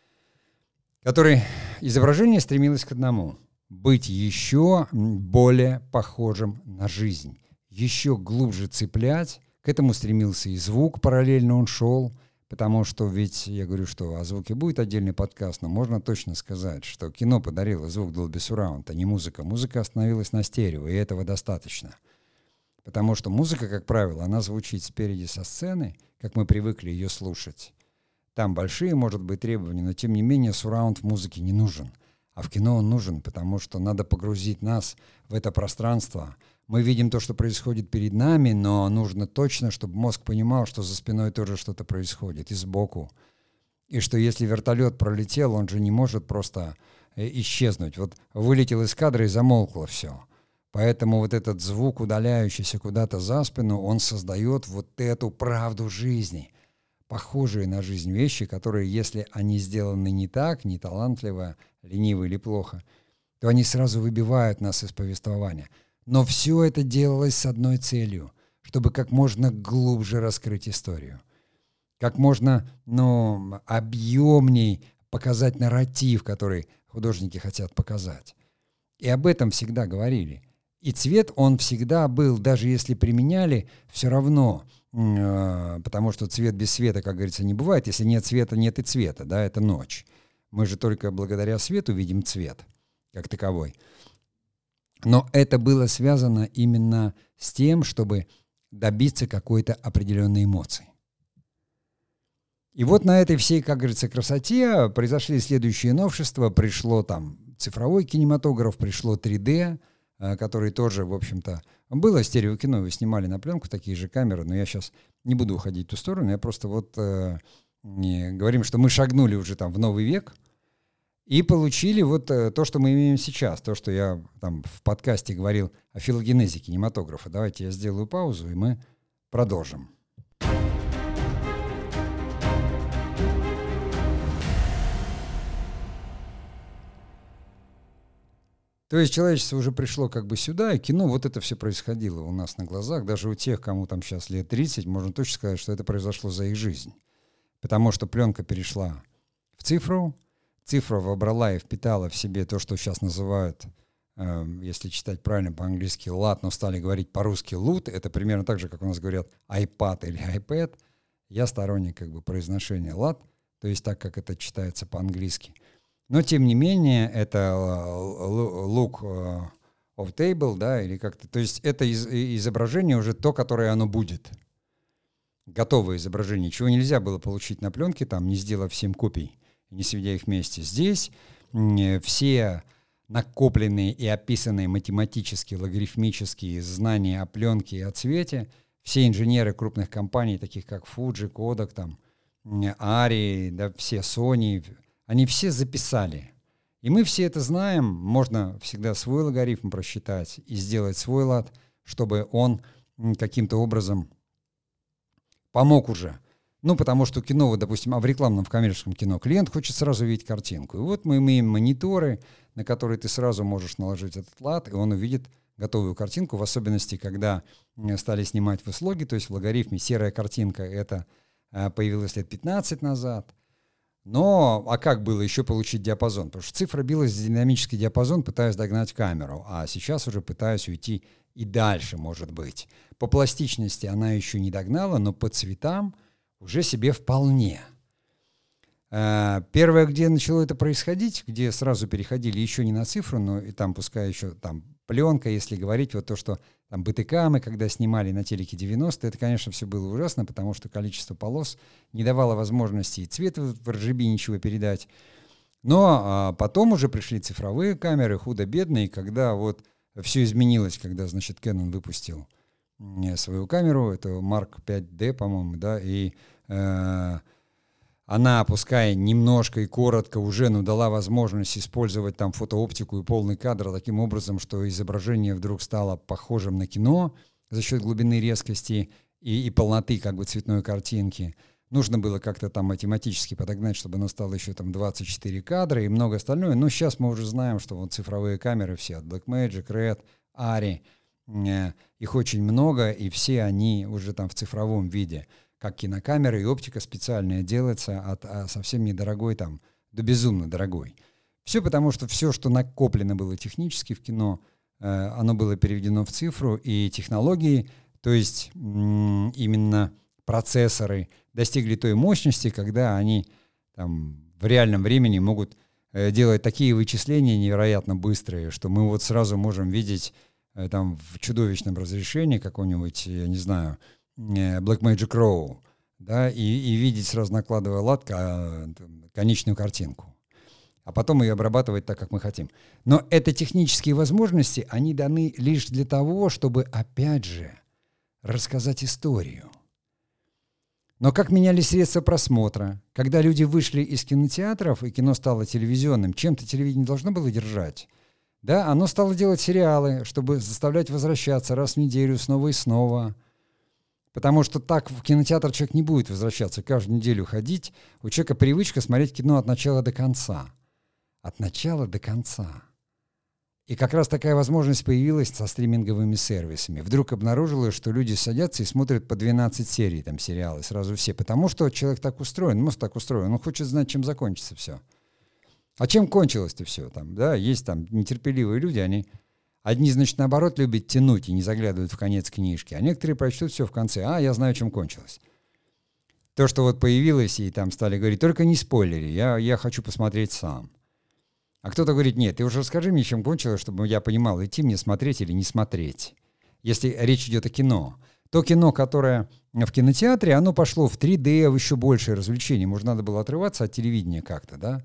который изображение стремилось к одному — быть еще более похожим на жизнь, еще глубже цеплять. К этому стремился и звук, параллельно он шел, потому что ведь, я говорю, что о звуке будет отдельный подкаст, но можно точно сказать, что кино подарило звук Dolby Surround, а не музыка. Музыка остановилась на стерео, и этого достаточно. Потому что музыка, как правило, она звучит спереди со сцены, как мы привыкли ее слушать. Там большие, может быть, требования, но тем не менее сурраунд в музыке не нужен. А в кино он нужен, потому что надо погрузить нас в это пространство. Мы видим то, что происходит перед нами, но нужно точно, чтобы мозг понимал, что за спиной тоже что-то происходит, и сбоку. И что если вертолет пролетел, он же не может просто э, исчезнуть. Вот вылетел из кадра и замолкло все. Поэтому вот этот звук, удаляющийся куда-то за спину, он создает вот эту правду жизни, похожие на жизнь вещи, которые, если они сделаны не так, не талантливо, лениво или плохо, то они сразу выбивают нас из повествования. Но все это делалось с одной целью, чтобы как можно глубже раскрыть историю. как можно, ну, объемней показать нарратив, который художники хотят показать. И об этом всегда говорили. И цвет, он всегда был, даже если применяли, все равно, э, потому что цвет без света, как говорится, не бывает. Если нет света, нет и цвета, да, это ночь. Мы же только благодаря свету видим цвет как таковой. Но это было связано именно с тем, чтобы добиться какой-то определенной эмоции. И вот на этой всей, как говорится, красоте произошли следующие новшества. Пришло там цифровой кинематограф, пришло три дэ, который тоже, в общем-то, было стереокино, вы снимали на пленку такие же камеры, но я сейчас не буду уходить в ту сторону, я просто вот э, не, говорим, что мы шагнули уже там в новый век и получили вот э, то, что мы имеем сейчас, то, что я там в подкасте говорил о филогенезе кинематографа. Давайте я сделаю паузу, и мы продолжим. То есть человечество уже пришло как бы сюда, и кино, вот это все происходило у нас на глазах. Даже у тех, кому там сейчас лет тридцать, можно точно сказать, что это произошло за их жизнь. Потому что пленка перешла в цифру, цифра вобрала и впитала в себе то, что сейчас называют, э, если читать правильно по-английски, лад, но стали говорить по-русски лут. Это примерно так же, как у нас говорят iPad или iPad. Я сторонник как бы произношения лад, то есть так, как это читается по-английски. Но, тем не менее, это look of table, да, или как-то, то есть это из, изображение уже то, которое оно будет. Готовое изображение, чего нельзя было получить на пленке, там, не сделав семь копий, не сведя их вместе. Здесь все накопленные и описанные математически, логарифмические знания о пленке и о цвете, все инженеры крупных компаний, таких как Fuji, Kodak, там, Arri, да, все Sony, они все записали. И мы все это знаем. Можно всегда свой логарифм просчитать и сделать свой лад, чтобы он каким-то образом помог уже. Ну, потому что кино, вот, допустим, а в рекламном, в коммерческом кино клиент хочет сразу видеть картинку. И вот мы имеем мониторы, на которые ты сразу можешь наложить этот лад, и он увидит готовую картинку, в особенности, когда стали снимать в слоге, то есть в логарифме серая картинка, это появилось лет пятнадцать назад. Но, а как было еще получить диапазон? Потому что цифра билась в динамический диапазон, пытаясь догнать камеру, а сейчас уже пытаюсь уйти и дальше, может быть. По пластичности она еще не догнала, но по цветам уже себе вполне. Первое, где начало это происходить, где сразу переходили еще не на цифру, но и там, пускай еще там пленка, если говорить, вот то, что там бэ тэ ка мы когда снимали на телеке девяностые, это, конечно, все было ужасно, потому что количество полос не давало возможности и цвет в эр джи би ничего передать. Но а, потом уже пришли цифровые камеры, худо-бедно, и когда вот все изменилось, когда, значит, Canon выпустил свою камеру, это Марк пять дэ, по-моему, да, и э, она, пускай немножко и коротко уже, но дала возможность использовать там фотооптику и полный кадр таким образом, что изображение вдруг стало похожим на кино за счет глубины, резкости и, и полноты как бы цветной картинки. Нужно было как-то там математически подогнать, чтобы оно стало еще там двадцать четыре кадра и много остальное. Но сейчас мы уже знаем, что вот цифровые камеры все от Blackmagic, Red, Arri, э, их очень много, и все они уже там в цифровом виде. Как кинокамера и оптика специальная делается от а совсем недорогой там до безумно дорогой. Все потому, что все, что накоплено было технически в кино, э, оно было переведено в цифру, и технологии, то есть м- именно процессоры, достигли той мощности, когда они там в реальном времени могут э, делать такие вычисления невероятно быстрые, что мы вот сразу можем видеть э, там в чудовищном разрешении какой-нибудь, я не знаю, Blackmagic Raw, да, и, и видеть сразу, накладывая лад, конечную картинку, а потом ее обрабатывать так, как мы хотим. Но это технические возможности, они даны лишь для того, чтобы, опять же, рассказать историю. Но как менялись средства просмотра? Когда люди вышли из кинотеатров, и кино стало телевизионным, чем-то телевидение должно было держать. Да, оно стало делать сериалы, чтобы заставлять возвращаться раз в неделю снова и снова. Потому что так в кинотеатр человек не будет возвращаться, каждую неделю ходить. У человека привычка смотреть кино от начала до конца. От начала до конца. И как раз такая возможность появилась со стриминговыми сервисами. Вдруг обнаружилось, что люди садятся и смотрят по двенадцать серий там сериалы, сразу все. Потому что человек так устроен, мозг так устроен, он хочет знать, чем закончится все. А чем кончилось-то все? Там, да, есть там нетерпеливые люди, они... Одни, значит, наоборот, любят тянуть и не заглядывают в конец книжки, а некоторые прочтут все в конце. А, я знаю, чем кончилось. То, что вот появилось, и там стали говорить, только не спойлери, я, я хочу посмотреть сам. А кто-то говорит, нет, ты уже расскажи мне, чем кончилось, чтобы я понимал, идти мне смотреть или не смотреть. Если речь идет о кино. То кино, которое в кинотеатре, оно пошло в три дэ, в еще большее развлечение. Может, надо было отрываться от телевидения как-то, да?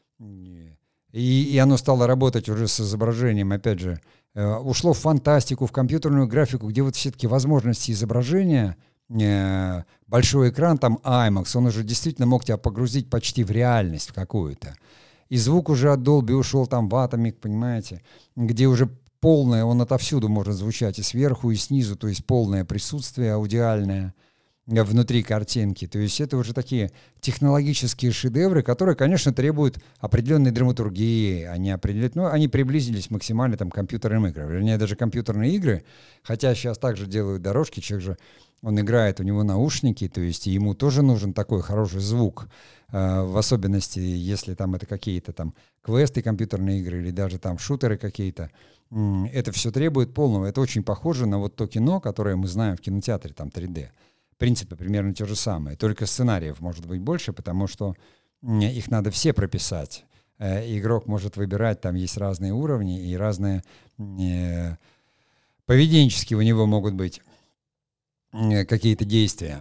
И, и оно стало работать уже с изображением, опять же, э, ушло в фантастику, в компьютерную графику, где вот все-таки возможности изображения, э, большой экран, там аймакс, он уже действительно мог тебя погрузить почти в реальность в какую-то. И звук уже от Dolby ушел там в Atomic, понимаете, где уже полное, он отовсюду может звучать, и сверху, и снизу, то есть полное присутствие аудиальное внутри картинки. То есть это уже такие технологические шедевры, которые, конечно, требуют определенной драматургии. Они, определят, ну, они приблизились максимально там, к компьютерным играм. Вернее, даже компьютерные игры, хотя сейчас также делают дорожки, человек же, он играет, у него наушники, то есть ему тоже нужен такой хороший звук, э, в особенности, если там это какие-то там квесты, компьютерные игры или даже там шутеры какие-то. М- это все требует полного. Это очень похоже на вот то кино, которое мы знаем в кинотеатре, там три дэ. В принципе, примерно те же самые. Только сценариев может быть больше, потому что их надо все прописать. Э, игрок может выбирать, там есть разные уровни и разные э, поведенческие у него могут быть э, какие-то действия.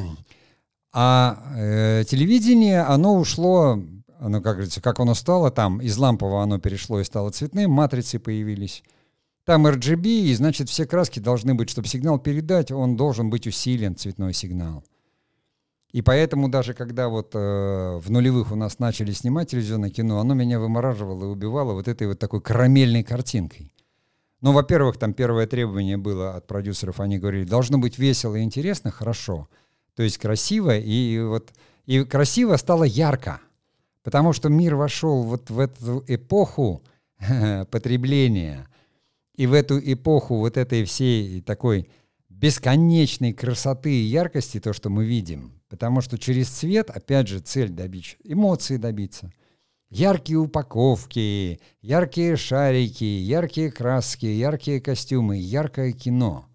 А э, телевидение, оно ушло, оно, как говорится, как оно стало, там из лампового оно перешло и стало цветным, матрицы появились. Там эр джи би, и значит все краски должны быть, чтобы сигнал передать, он должен быть усилен, цветной сигнал. И поэтому даже когда вот э, в нулевых у нас начали снимать телевизионное кино, оно меня вымораживало и убивало вот этой вот такой карамельной картинкой. Ну, во-первых, там первое требование было от продюсеров, они говорили, должно быть весело и интересно, хорошо. То есть красиво, и вот и красиво стало ярко, потому что мир вошел вот в эту эпоху потребления, и в эту эпоху вот этой всей такой бесконечной красоты и яркости, то, что мы видим, потому что через цвет, опять же, цель добить, эмоции добиться. Яркие упаковки, яркие шарики, яркие краски, яркие костюмы, яркое кино.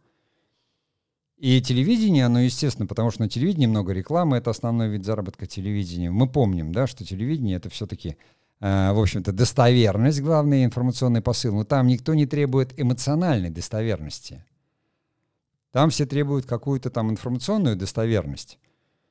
И телевидение, оно, естественно, потому что на телевидении много рекламы, это основной вид заработка телевидения. Мы помним, да, что телевидение — это все-таки... в общем-то, достоверность, главный информационный посыл, но там никто не требует эмоциональной достоверности. Там все требуют какую-то там информационную достоверность.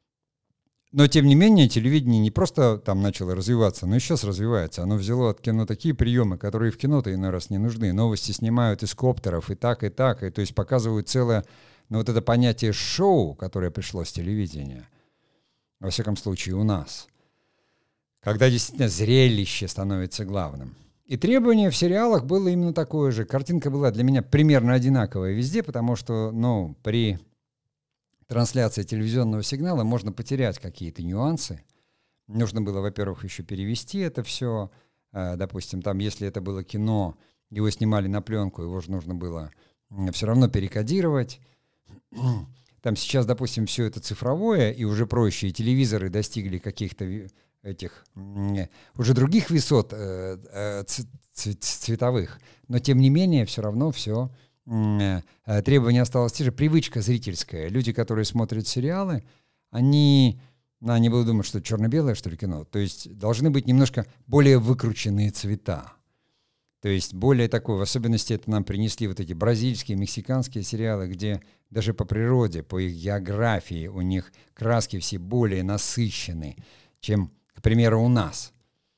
Но, тем не менее, телевидение не просто там начало развиваться, но и сейчас развивается. Оно взяло от кино такие приемы, которые в кино-то иной раз не нужны. Новости снимают из коптеров и так, и так, и то есть показывают целое, ну, вот это понятие шоу, которое пришло с телевидения, во всяком случае, у нас. Когда действительно зрелище становится главным. И требование в сериалах было именно такое же. Картинка была для меня примерно одинаковая везде, потому что, ну, при трансляции телевизионного сигнала можно потерять какие-то нюансы. Нужно было, во-первых, еще перевести это все. Допустим, там, если это было кино, его снимали на пленку, его же нужно было все равно перекодировать. Там сейчас, допустим, все это цифровое, и уже проще, и телевизоры достигли каких-то этих уже других высот э, э, цветовых, но тем не менее все равно все э, требование осталось те же, привычка зрительская. Люди, которые смотрят сериалы, они, ну, они будут думать, что черно-белое, что ли, кино, то есть должны быть немножко более выкрученные цвета. То есть более такое, в особенности это нам принесли вот эти бразильские, мексиканские сериалы, где даже по природе, по их географии у них краски все более насыщенные, чем, к примеру, у нас.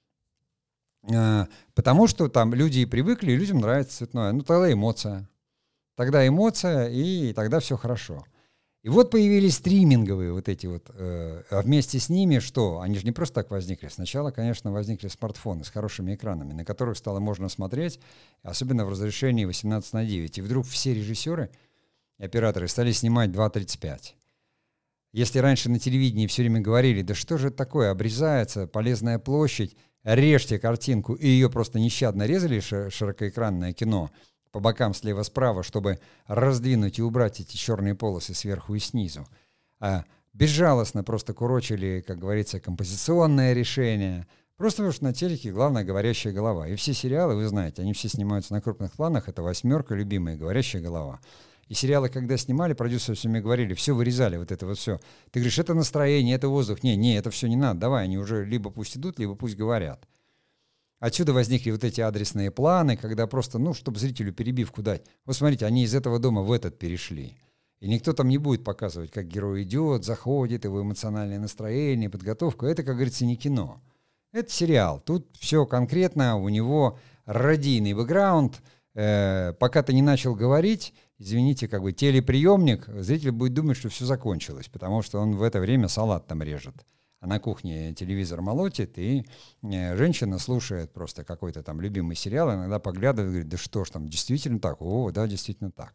А, потому что там люди и привыкли, и людям нравится цветное. Ну, тогда эмоция. Тогда эмоция, и тогда все хорошо. И вот появились стриминговые вот эти вот, э, а вместе с ними что? Они же не просто так возникли. Сначала, конечно, возникли смартфоны с хорошими экранами, на которых стало можно смотреть, особенно в разрешении восемнадцать на девять. И вдруг все режиссеры и операторы стали снимать два тридцать пять. Если раньше на телевидении все время говорили, да что же это такое, обрезается полезная площадь, режьте картинку, и ее просто нещадно резали, широкоэкранное кино, по бокам слева-справа, чтобы раздвинуть и убрать эти черные полосы сверху и снизу. А безжалостно просто курочили, как говорится, композиционное решение. Просто потому что на телеке главная говорящая голова. И все сериалы, вы знаете, они все снимаются на крупных планах. Это «Восьмерка», любимая говорящая голова. И сериалы, когда снимали, продюсеры все мне говорили, все вырезали, вот это вот все. Ты говоришь, это настроение, это воздух. Не, не, это все не надо, давай, они уже либо пусть идут, либо пусть говорят. Отсюда возникли вот эти адресные планы, когда просто, ну, чтобы зрителю перебивку дать. Вот смотрите, они из этого дома в этот перешли. И никто там не будет показывать, как герой идет, заходит, его эмоциональное настроение, подготовку. Это, как говорится, не кино. Это сериал. Тут все конкретно, у него радийный бэкграунд. Э, пока ты не начал говорить, извините, как бы телеприемник, зритель будет думать, что все закончилось, потому что он в это время салат там режет. А на кухне телевизор молотит, и э, женщина слушает просто какой-то там любимый сериал, иногда поглядывает и говорит, да что ж там, действительно так? О, да, действительно так.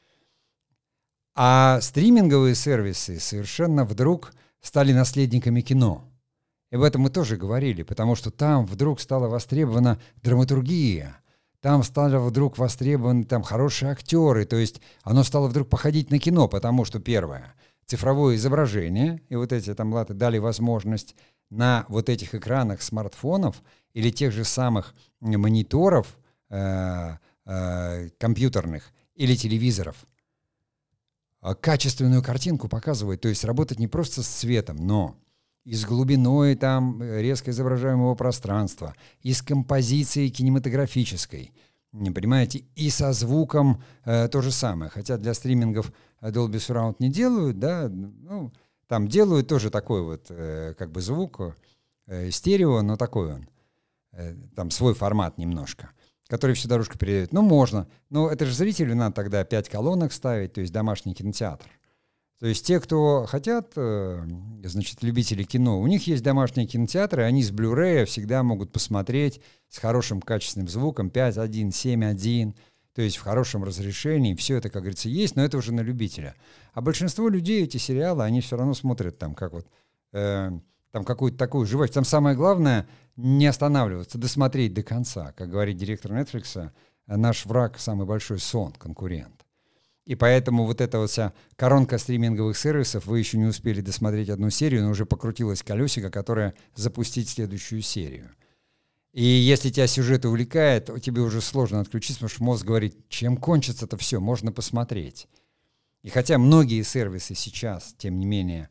А стриминговые сервисы совершенно вдруг стали наследниками кино. И об этом мы тоже говорили, потому что там вдруг стала востребована драматургия, там стали вдруг востребованы там хорошие актеры, то есть оно стало вдруг походить на кино, потому что, первое, цифровое изображение, и вот эти там латы дали возможность на вот этих экранах смартфонов или тех же самых мониторов э, э, компьютерных или телевизоров качественную картинку показывать, то есть работать не просто с цветом, но и с глубиной там резко изображаемого пространства, и с композицией кинематографической, не понимаете, и со звуком э, то же самое. Хотя для стримингов Dolby Surround не делают, да, ну, там делают тоже такой вот э, как бы звук, э, стерео, но такой он, э, там свой формат немножко, который всю дорожку передает. Ну, можно, но это же зрителю надо тогда пять колонок ставить, то есть домашний кинотеатр. То есть те, кто хотят, значит, любители кино, у них есть домашние кинотеатры, они с Blu-ray всегда могут посмотреть с хорошим качественным звуком пять один, семь один, то есть в хорошем разрешении. Все это, как говорится, есть, но это уже на любителя. А большинство людей эти сериалы, они все равно смотрят там, как вот, э, там какую-то такую живость. Там самое главное не останавливаться, досмотреть до конца. Как говорит директор Netflix, наш враг самый большой — сон, конкурент. И поэтому вот эта вот вся коронка стриминговых сервисов, вы еще не успели досмотреть одну серию, но уже покрутилось колесико, которое запустить следующую серию. И если тебя сюжет увлекает, то тебе уже сложно отключиться, потому что мозг говорит, чем кончится это все, можно посмотреть. И хотя многие сервисы сейчас, тем не менее,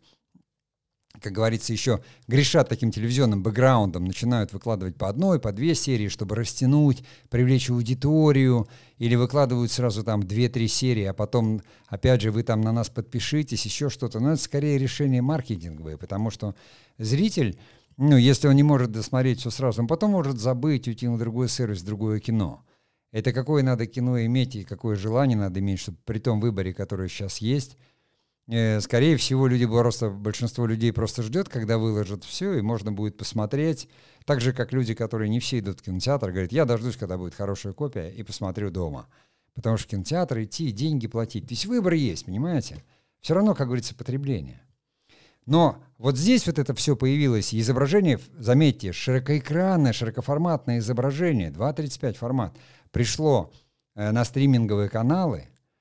как говорится, еще грешат таким телевизионным бэкграундом, начинают выкладывать по одной, по две серии, чтобы растянуть, привлечь аудиторию, или выкладывают сразу там две-три серии, а потом, опять же, вы там на нас подпишитесь, еще что-то. Но это скорее решение маркетинговое, потому что зритель, ну, если он не может досмотреть все сразу, он потом может забыть, уйти на другой сервис, другое кино. Это какое надо кино иметь и какое желание надо иметь, чтобы при том выборе, который сейчас есть, скорее всего, люди просто, большинство людей просто ждет, когда выложат все, и можно будет посмотреть. Так же, как люди, которые не все идут в кинотеатр, говорят, я дождусь, когда будет хорошая копия, и посмотрю дома. Потому что в кинотеатр идти, деньги платить. То есть выбор есть, понимаете? Все равно, как говорится, потребление. Но вот здесь вот это все появилось, и изображение, заметьте, широкоэкранное, широкоформатное изображение, два тридцать пять формат, пришло э, на стриминговые каналы,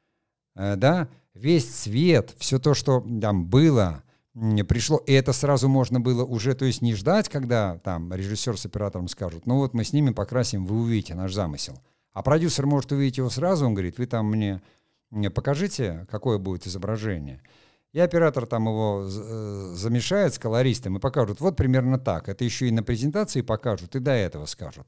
э, да, весь цвет, все то, что там было, пришло, и это сразу можно было уже, то есть не ждать, когда там режиссер с оператором скажут, ну вот мы снимем, покрасим, вы увидите наш замысел. А продюсер может увидеть его сразу, он говорит, вы там мне, мне покажите, какое будет изображение. И оператор там его замешает с колористом и покажут, вот примерно так. Это еще и на презентации покажут, и до этого скажут.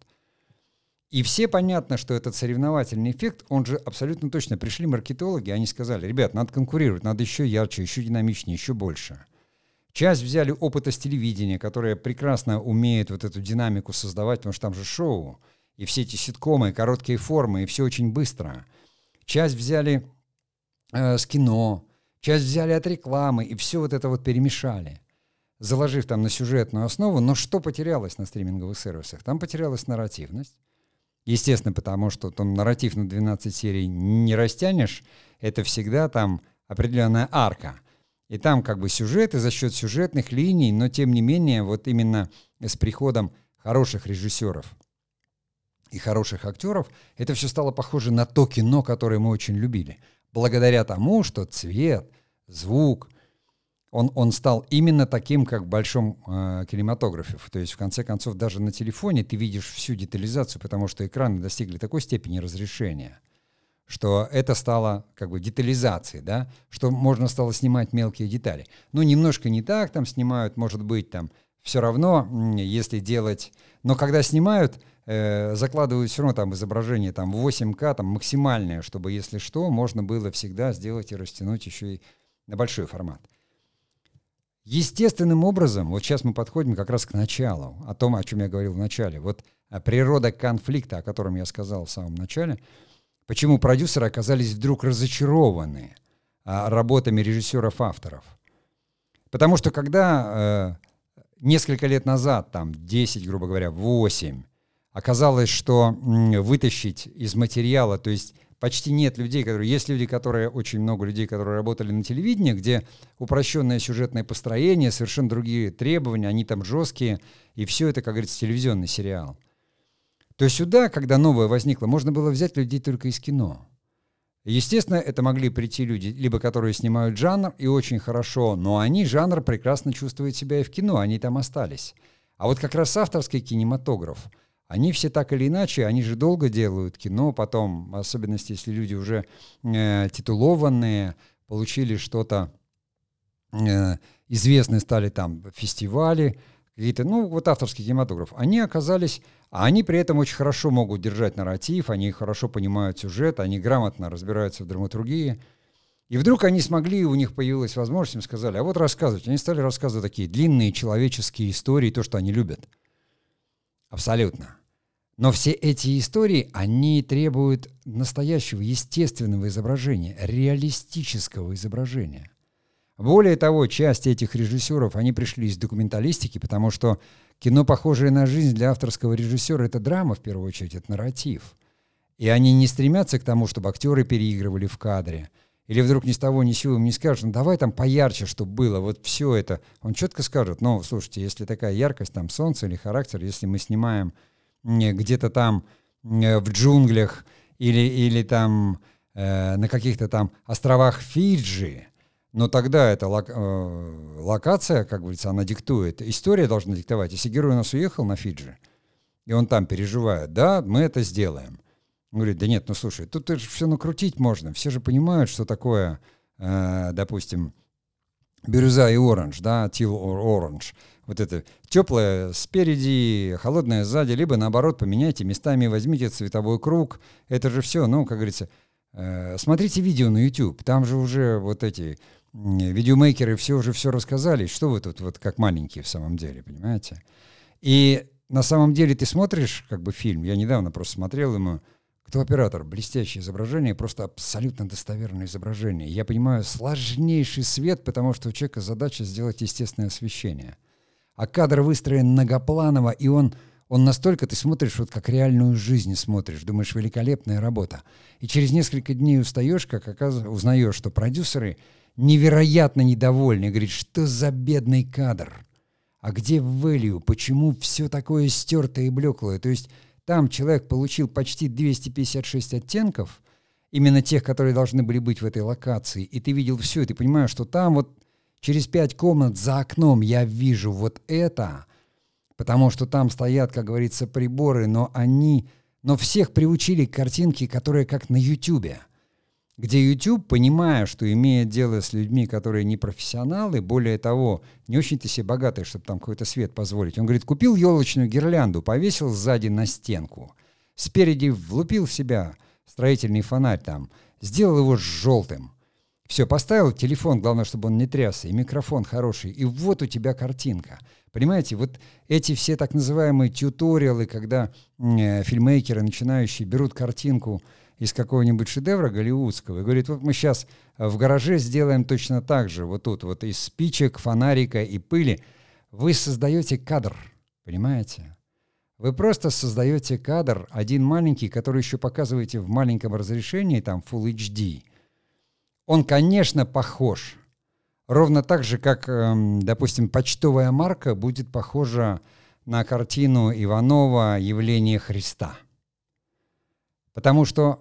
И все понятно, что этот соревновательный эффект, он же абсолютно точно. Пришли маркетологи, они сказали, ребят, надо конкурировать, надо еще ярче, еще динамичнее, еще больше. Часть взяли опыта с телевидения, которое прекрасно умеет вот эту динамику создавать, потому что там же шоу, и все эти ситкомы, короткие формы, и все очень быстро. Часть взяли э, с кино, часть взяли от рекламы, и все вот это вот перемешали, заложив там на сюжетную основу. Но что потерялось на стриминговых сервисах? Там потерялась нарративность. Естественно, потому что там нарратив на двенадцать серий не растянешь, это всегда там определенная арка. И там как бы сюжеты за счет сюжетных линий, но тем не менее вот именно с приходом хороших режиссеров и хороших актеров, это все стало похоже на то кино, которое мы очень любили. Благодаря тому, что цвет, звук, он, он стал именно таким, как в большом э, кинематографе. То есть, в конце концов, даже на телефоне ты видишь всю детализацию, потому что экраны достигли такой степени разрешения, что это стало как бы детализацией, да, что можно стало снимать мелкие детали. Ну, немножко не так там снимают, может быть, там все равно, если делать... Но когда снимают, э, закладывают все равно там изображение там восемь ка, там максимальное, чтобы, если что, можно было всегда сделать и растянуть еще и на большой формат. Естественным образом, вот сейчас мы подходим как раз к началу, о том, о чем я говорил в начале. Вот природа конфликта, о котором я сказал в самом начале, почему продюсеры оказались вдруг разочарованы а, работами режиссеров-авторов. Потому что когда э, несколько лет назад, там десять, грубо говоря, восемь, оказалось, что м, вытащить из материала, то есть почти нет людей, которые... Есть люди, которые... Очень много людей, которые работали на телевидении, где упрощенное сюжетное построение, совершенно другие требования, они там жесткие, и все это, как говорится, телевизионный сериал. То сюда, когда новое возникло, можно было взять людей только из кино. Естественно, это могли прийти люди, либо которые снимают жанр, и очень хорошо, но они жанр прекрасно чувствуют себя и в кино, они там остались. А вот как раз авторский кинематограф, они все так или иначе, они же долго делают кино, потом, в особенности, если люди уже э, титулованные, получили что-то, э, известные стали там фестивали, какие-то, ну, вот авторский кинематограф, они оказались, а они при этом очень хорошо могут держать нарратив, они хорошо понимают сюжет, они грамотно разбираются в драматургии. И вдруг они смогли, у них появилась возможность, им сказали, а вот рассказывать. Они стали рассказывать такие длинные человеческие истории, то, что они любят. Абсолютно. Но все эти истории, они требуют настоящего, естественного изображения, реалистического изображения. Более того, часть этих режиссеров, они пришли из документалистики, потому что кино, похожее на жизнь для авторского режиссера, это драма, в первую очередь, это нарратив. И они не стремятся к тому, чтобы актеры переигрывали в кадре. Или вдруг ни с того ни с сего им не скажут, ну давай там поярче, чтобы было, вот все это. Он четко скажет, ну, слушайте, если такая яркость, там солнце или характер, если мы снимаем где-то там в джунглях или, или там э, на каких-то там островах Фиджи, но тогда эта лок, э, локация, как говорится, она диктует. История должна диктовать. Если герой у нас уехал на Фиджи, и он там переживает, да, мы это сделаем. Он говорит, да нет, ну слушай, тут же все накрутить можно. Все же понимают, что такое, э, допустим, бирюза и оранж, да, teal or orange. Вот это теплое спереди, холодное сзади, либо наоборот поменяйте местами, возьмите цветовой круг. Это же все, ну, как говорится, э, смотрите видео на YouTube, там же уже вот эти видеомейкеры все уже все рассказали, что вы тут вот как маленькие в самом деле, понимаете? И на самом деле ты смотришь как бы фильм, я недавно просто смотрел ему, кто оператор, блестящее изображение, просто абсолютно достоверное изображение. Я понимаю, сложнейший свет, потому что у человека задача сделать естественное освещение. А кадр выстроен многопланово, и он, он настолько, ты смотришь, вот как реальную жизнь смотришь, думаешь, великолепная работа. И через несколько дней устаешь, как оказывается, узнаешь, что продюсеры невероятно недовольны, говорят, что за бедный кадр, а где value, почему все такое стертое и блеклое. То есть там человек получил почти двести пятьдесят шесть оттенков, именно тех, которые должны были быть в этой локации, и ты видел все, и ты понимаешь, что там вот через пять комнат за окном я вижу вот это, потому что там стоят, как говорится, приборы, но они, но всех приучили к картинке, которая как на Ютубе, где YouTube, понимая, что имеет дело с людьми, которые не профессионалы, более того, не очень-то себе богатые, чтобы там какой-то свет позволить. Он говорит, купил елочную гирлянду, повесил сзади на стенку, спереди влупил в себя строительный фонарь там, сделал его желтым. Все, поставил телефон, главное, чтобы он не трясся, и микрофон хороший, и вот у тебя картинка. Понимаете, вот эти все так называемые тьюториалы, когда э, фильммейкеры начинающие берут картинку из какого-нибудь шедевра голливудского и говорит, вот мы сейчас в гараже сделаем точно так же, вот тут, вот из спичек, фонарика и пыли. Вы создаете кадр, понимаете? Вы просто создаете кадр, один маленький, который еще показываете в маленьком разрешении, там, Full эйч ди. Он, конечно, похож. Ровно так же, как, эм, допустим, почтовая марка будет похожа на картину Иванова «Явление Христа». Потому что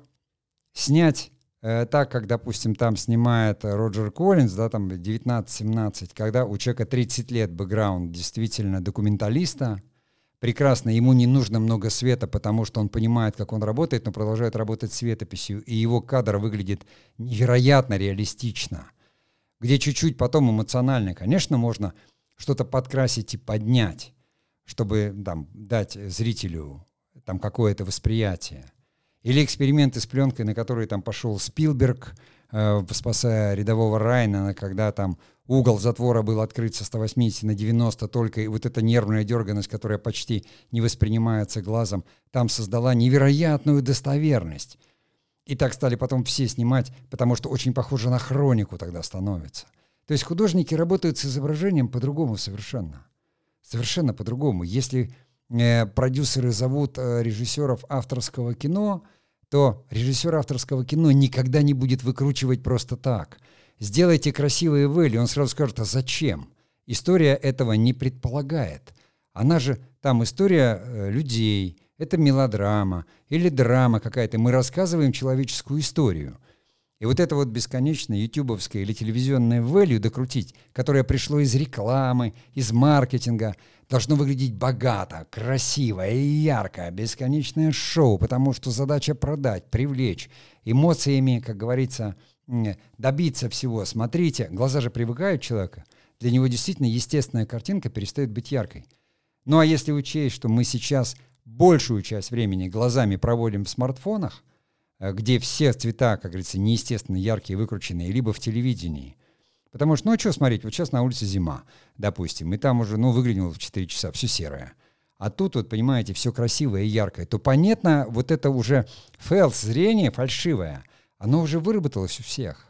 снять э, так, как, допустим, там снимает Роджер Коллинз, да, там девятнадцать-семнадцать, когда у человека тридцать лет бэкграунд действительно документалиста, прекрасно, ему не нужно много света, потому что он понимает, как он работает, но продолжает работать с светописью, и его кадр выглядит невероятно реалистично. Где чуть-чуть потом эмоционально, конечно, можно что-то подкрасить и поднять, чтобы там, дать зрителю там, какое-то восприятие. Или эксперименты с пленкой, на которые там пошел Спилберг, э, спасая рядового Райана, когда там угол затвора был открыт со ста восьмидесяти на девяносто только, и вот эта нервная дерганность, которая почти не воспринимается глазом, там создала невероятную достоверность. И так стали потом все снимать, потому что очень похоже на хронику тогда становится. То есть художники работают с изображением по-другому совершенно. Совершенно по-другому. Если э, продюсеры зовут э, режиссеров авторского кино, то режиссер авторского кино никогда не будет выкручивать просто так. Сделайте красивые вэлли, он сразу скажет, а зачем? История этого не предполагает. Она же, там история э, людей, это мелодрама или драма какая-то. Мы рассказываем человеческую историю. И вот это вот бесконечное ютубовское или телевизионное value докрутить, которое пришло из рекламы, из маркетинга, должно выглядеть богато, красиво и ярко, бесконечное шоу, потому что задача продать, привлечь, эмоциями, как говорится, добиться всего. Смотрите, глаза же привыкают человека. Для него действительно естественная картинка перестает быть яркой. Ну а если учесть, что мы сейчас большую часть времени глазами проводим в смартфонах, где все цвета, как говорится, неестественно яркие, выкрученные, либо в телевидении. Потому что, ну а что смотреть, вот сейчас на улице зима, допустим, и там уже, ну, выглянуло в четыре часа, все серое. А тут, вот, понимаете, все красивое и яркое. То, понятно, вот это уже фэлс, зрение фальшивое, оно уже выработалось у всех.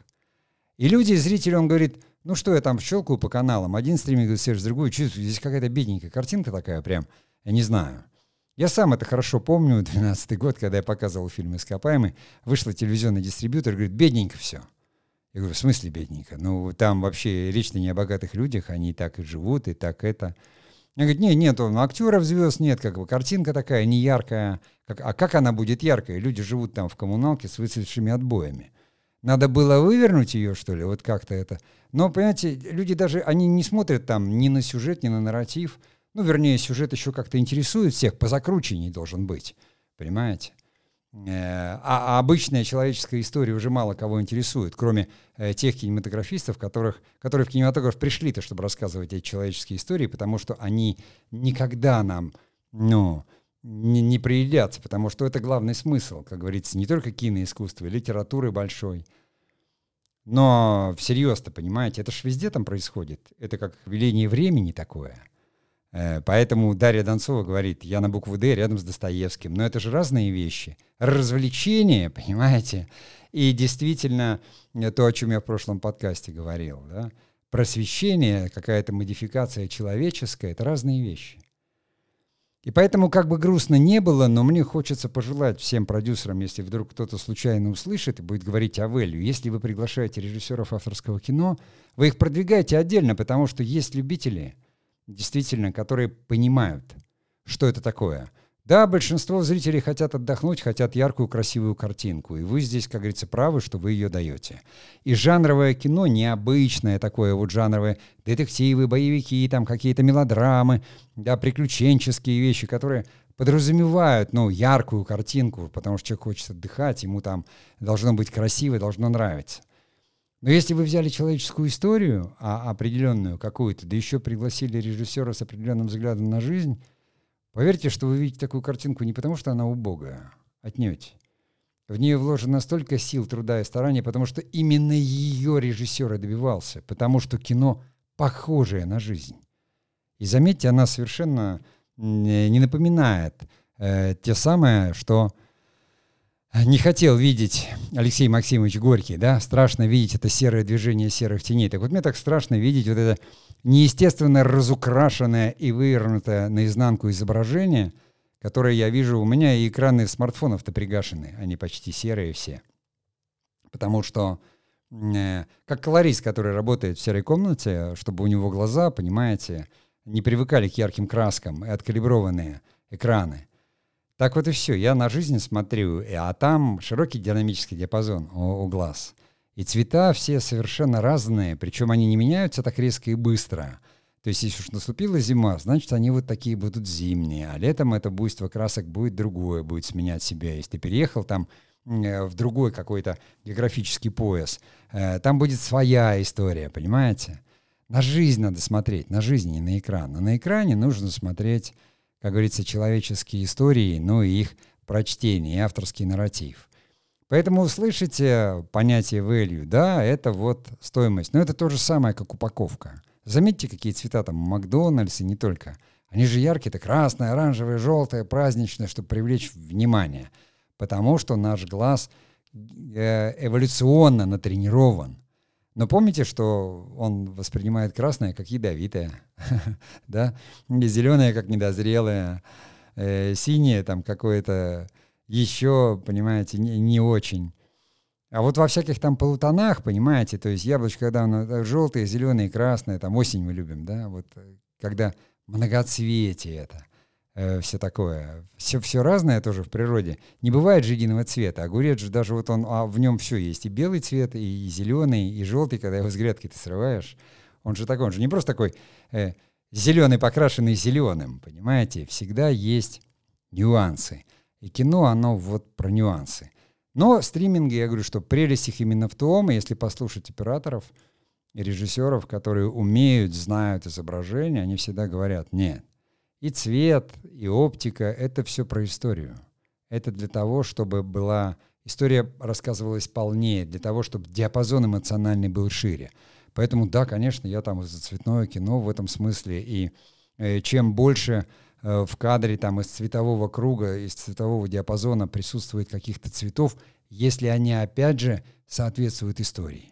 И люди, зрители, он говорит, ну что я там щелкаю по каналам, один стриминг, Серж, другой, чувствую, здесь какая-то бедненькая картинка такая прям, я не знаю. Я сам это хорошо помню, двенадцатый год, когда я показывал фильм «Ископаемый», вышел телевизионный дистрибьютор и говорит, бедненько все. Я говорю, в смысле бедненько? Ну, там вообще речь-то не о богатых людях, они и так и живут, и так это. Я говорю, нет, нет, актеров звезд нет, как бы картинка такая неяркая. Как, а как она будет яркая? Люди живут там в коммуналке с выцветшими отбоями. Надо было вывернуть ее, что ли, вот как-то это. Но, понимаете, люди даже, они не смотрят там ни на сюжет, ни на нарратив. Ну, вернее, сюжет еще как-то интересует всех, позакрученней должен быть, понимаете? А, а обычная человеческая история уже мало кого интересует, кроме э, тех кинематографистов, которых, которые в кинематограф пришли-то, чтобы рассказывать эти человеческие истории, потому что они никогда нам, ну, не, не приедятся, потому что это главный смысл, как говорится, не только киноискусства, литературы большой, но всерьез-то, понимаете, это ж везде там происходит, это как веление времени такое. Поэтому Дарья Донцова говорит, я на букву «Д» рядом с Достоевским. Но это же разные вещи. Развлечения, понимаете? И действительно, то, о чем я в прошлом подкасте говорил, да? Просвещение, какая-то модификация человеческая — это разные вещи. И поэтому, как бы грустно не было, но мне хочется пожелать всем продюсерам, если вдруг кто-то случайно услышит и будет говорить о value, если вы приглашаете режиссеров авторского кино, вы их продвигаете отдельно, потому что есть любители, действительно, которые понимают, что это такое. Да, большинство зрителей хотят отдохнуть, хотят яркую, красивую картинку. И вы здесь, как говорится, правы, что вы ее даете. И жанровое кино, необычное такое, вот жанровое, детективы, боевики, там какие-то мелодрамы, да, приключенческие вещи, которые подразумевают, ну, яркую картинку, потому что человек хочет отдыхать, ему там должно быть красиво, должно нравиться. Но если вы взяли человеческую историю, а определенную какую-то, да еще пригласили режиссера с определенным взглядом на жизнь, поверьте, что вы видите такую картинку не потому, что она убогая, отнюдь. В нее вложено столько сил, труда и старания, потому что именно ее режиссер и добивался, потому что кино похожее на жизнь. И заметьте, она совершенно не напоминает э, те самые, что не хотел видеть Алексей Максимович Горький, да, страшно видеть это серое движение серых теней. Так вот мне так страшно видеть вот это неестественно разукрашенное и вывернутое наизнанку изображение, которое я вижу у меня, и экраны смартфонов-то пригашены, они почти серые все. Потому что э, как колорист, который работает в серой комнате, чтобы у него глаза, понимаете, не привыкали к ярким краскам и откалиброванные экраны. Так вот и все. Я на жизнь смотрю, а там широкий динамический диапазон у, у глаз. И цвета все совершенно разные, причем они не меняются так резко и быстро. То есть если уж наступила зима, значит, они вот такие будут зимние, а летом это буйство красок будет другое, будет сменять себя. Если ты переехал там э, в другой какой-то географический пояс, э, там будет своя история, понимаете? На жизнь надо смотреть, на жизнь, не на экран. А на экране нужно смотреть, как говорится, человеческие истории, ну и их прочтение, и авторский нарратив. Поэтому услышите понятие value, да, это вот стоимость. Но это то же самое, как упаковка. Заметьте, какие цвета там Макдональдс и не только. Они же яркие, это красное, оранжевое, желтое, праздничное, чтобы привлечь внимание. Потому что наш глаз эволюционно натренирован. Но помните, что он воспринимает красное как ядовитое, да, зеленое как недозрелое, э, синее там какое-то еще, понимаете, не, не очень. А вот во всяких там полутонах, понимаете, то есть яблочко, когда оно желтое, зеленое, красное, там осень мы любим, да, вот когда многоцветие это, э, все такое, все, все разное тоже в природе. Не бывает же единого цвета. Огурец же даже вот он, а в нем все есть, и белый цвет, и зеленый, и желтый, когда его с грядки ты срываешь. Он же такой, он же не просто такой э, зеленый, покрашенный зеленым, понимаете, всегда есть нюансы. И кино, оно вот про нюансы. Но стриминги, я говорю, что прелесть их именно в том, если послушать операторов и режиссеров, которые умеют, знают изображение, они всегда говорят, нет, и цвет, и оптика — это все про историю. Это для того, чтобы была... История рассказывалась полнее, для того, чтобы диапазон эмоциональный был шире. Поэтому, да, конечно, я там за цветное кино в этом смысле. И э, чем больше э, в кадре там из цветового круга, из цветового диапазона присутствует каких-то цветов, если они, опять же, соответствуют истории.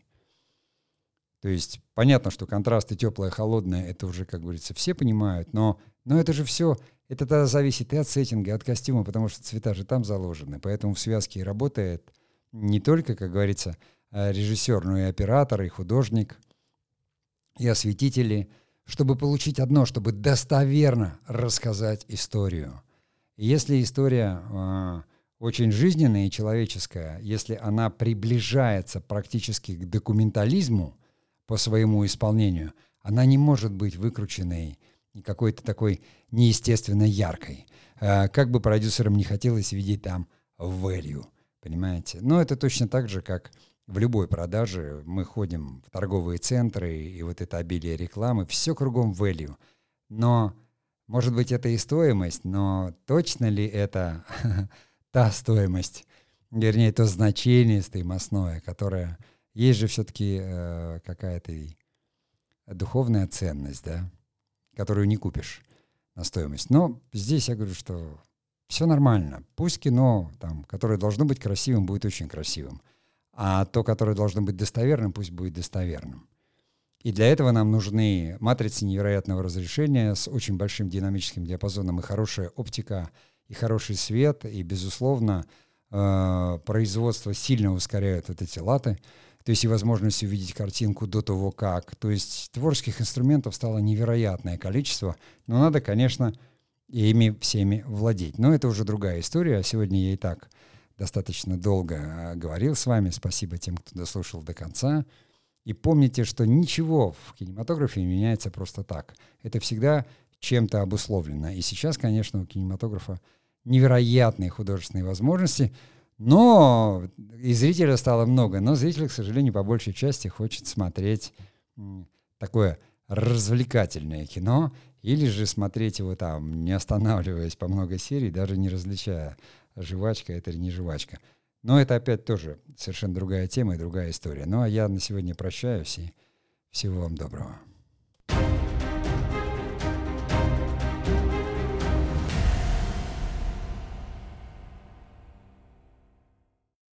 То есть понятно, что контрасты теплое, холодное, это уже, как говорится, все понимают, но, но это же все, это тогда зависит и от сеттинга, и от костюма, потому что цвета же там заложены. Поэтому в связке и работает не только, как говорится, режиссер, но и оператор, и художник, и осветители, чтобы получить одно, чтобы достоверно рассказать историю. И если история э, очень жизненная и человеческая, если она приближается практически к документализму по своему исполнению, она не может быть выкрученной и какой-то такой неестественно яркой. Э, как бы продюсерам не хотелось видеть там value, понимаете? Но это точно так же, как в любой продаже. Мы ходим в торговые центры, и вот это обилие рекламы, все кругом value. Но, может быть, это и стоимость, но точно ли это та стоимость, вернее, то значение стоимостное, которое... Есть же все-таки э, какая-то духовная ценность, да, которую не купишь на стоимость. Но здесь я говорю, что все нормально. Пусть кино, там, которое должно быть красивым, будет очень красивым. А то, которое должно быть достоверным, пусть будет достоверным. И для этого нам нужны матрицы невероятного разрешения с очень большим динамическим диапазоном и хорошая оптика, и хороший свет, и, безусловно, э, производство сильно ускоряют вот эти латы, то есть и возможность увидеть картинку до того, как. То есть творческих инструментов стало невероятное количество, но надо, конечно, ими всеми владеть. Но это уже другая история. Сегодня я и так достаточно долго говорил с вами. Спасибо тем, кто дослушал до конца. И помните, что ничего в кинематографе не меняется просто так. Это всегда чем-то обусловлено. И сейчас, конечно, у кинематографа невероятные художественные возможности, но и зрителя стало много. Но зритель, к сожалению, по большей части хочет смотреть такое развлекательное кино или же смотреть его там, не останавливаясь по много серий, даже не различая, жвачка это или не жвачка. Но это опять тоже совершенно другая тема и другая история. Ну а я на сегодня прощаюсь и всего вам доброго.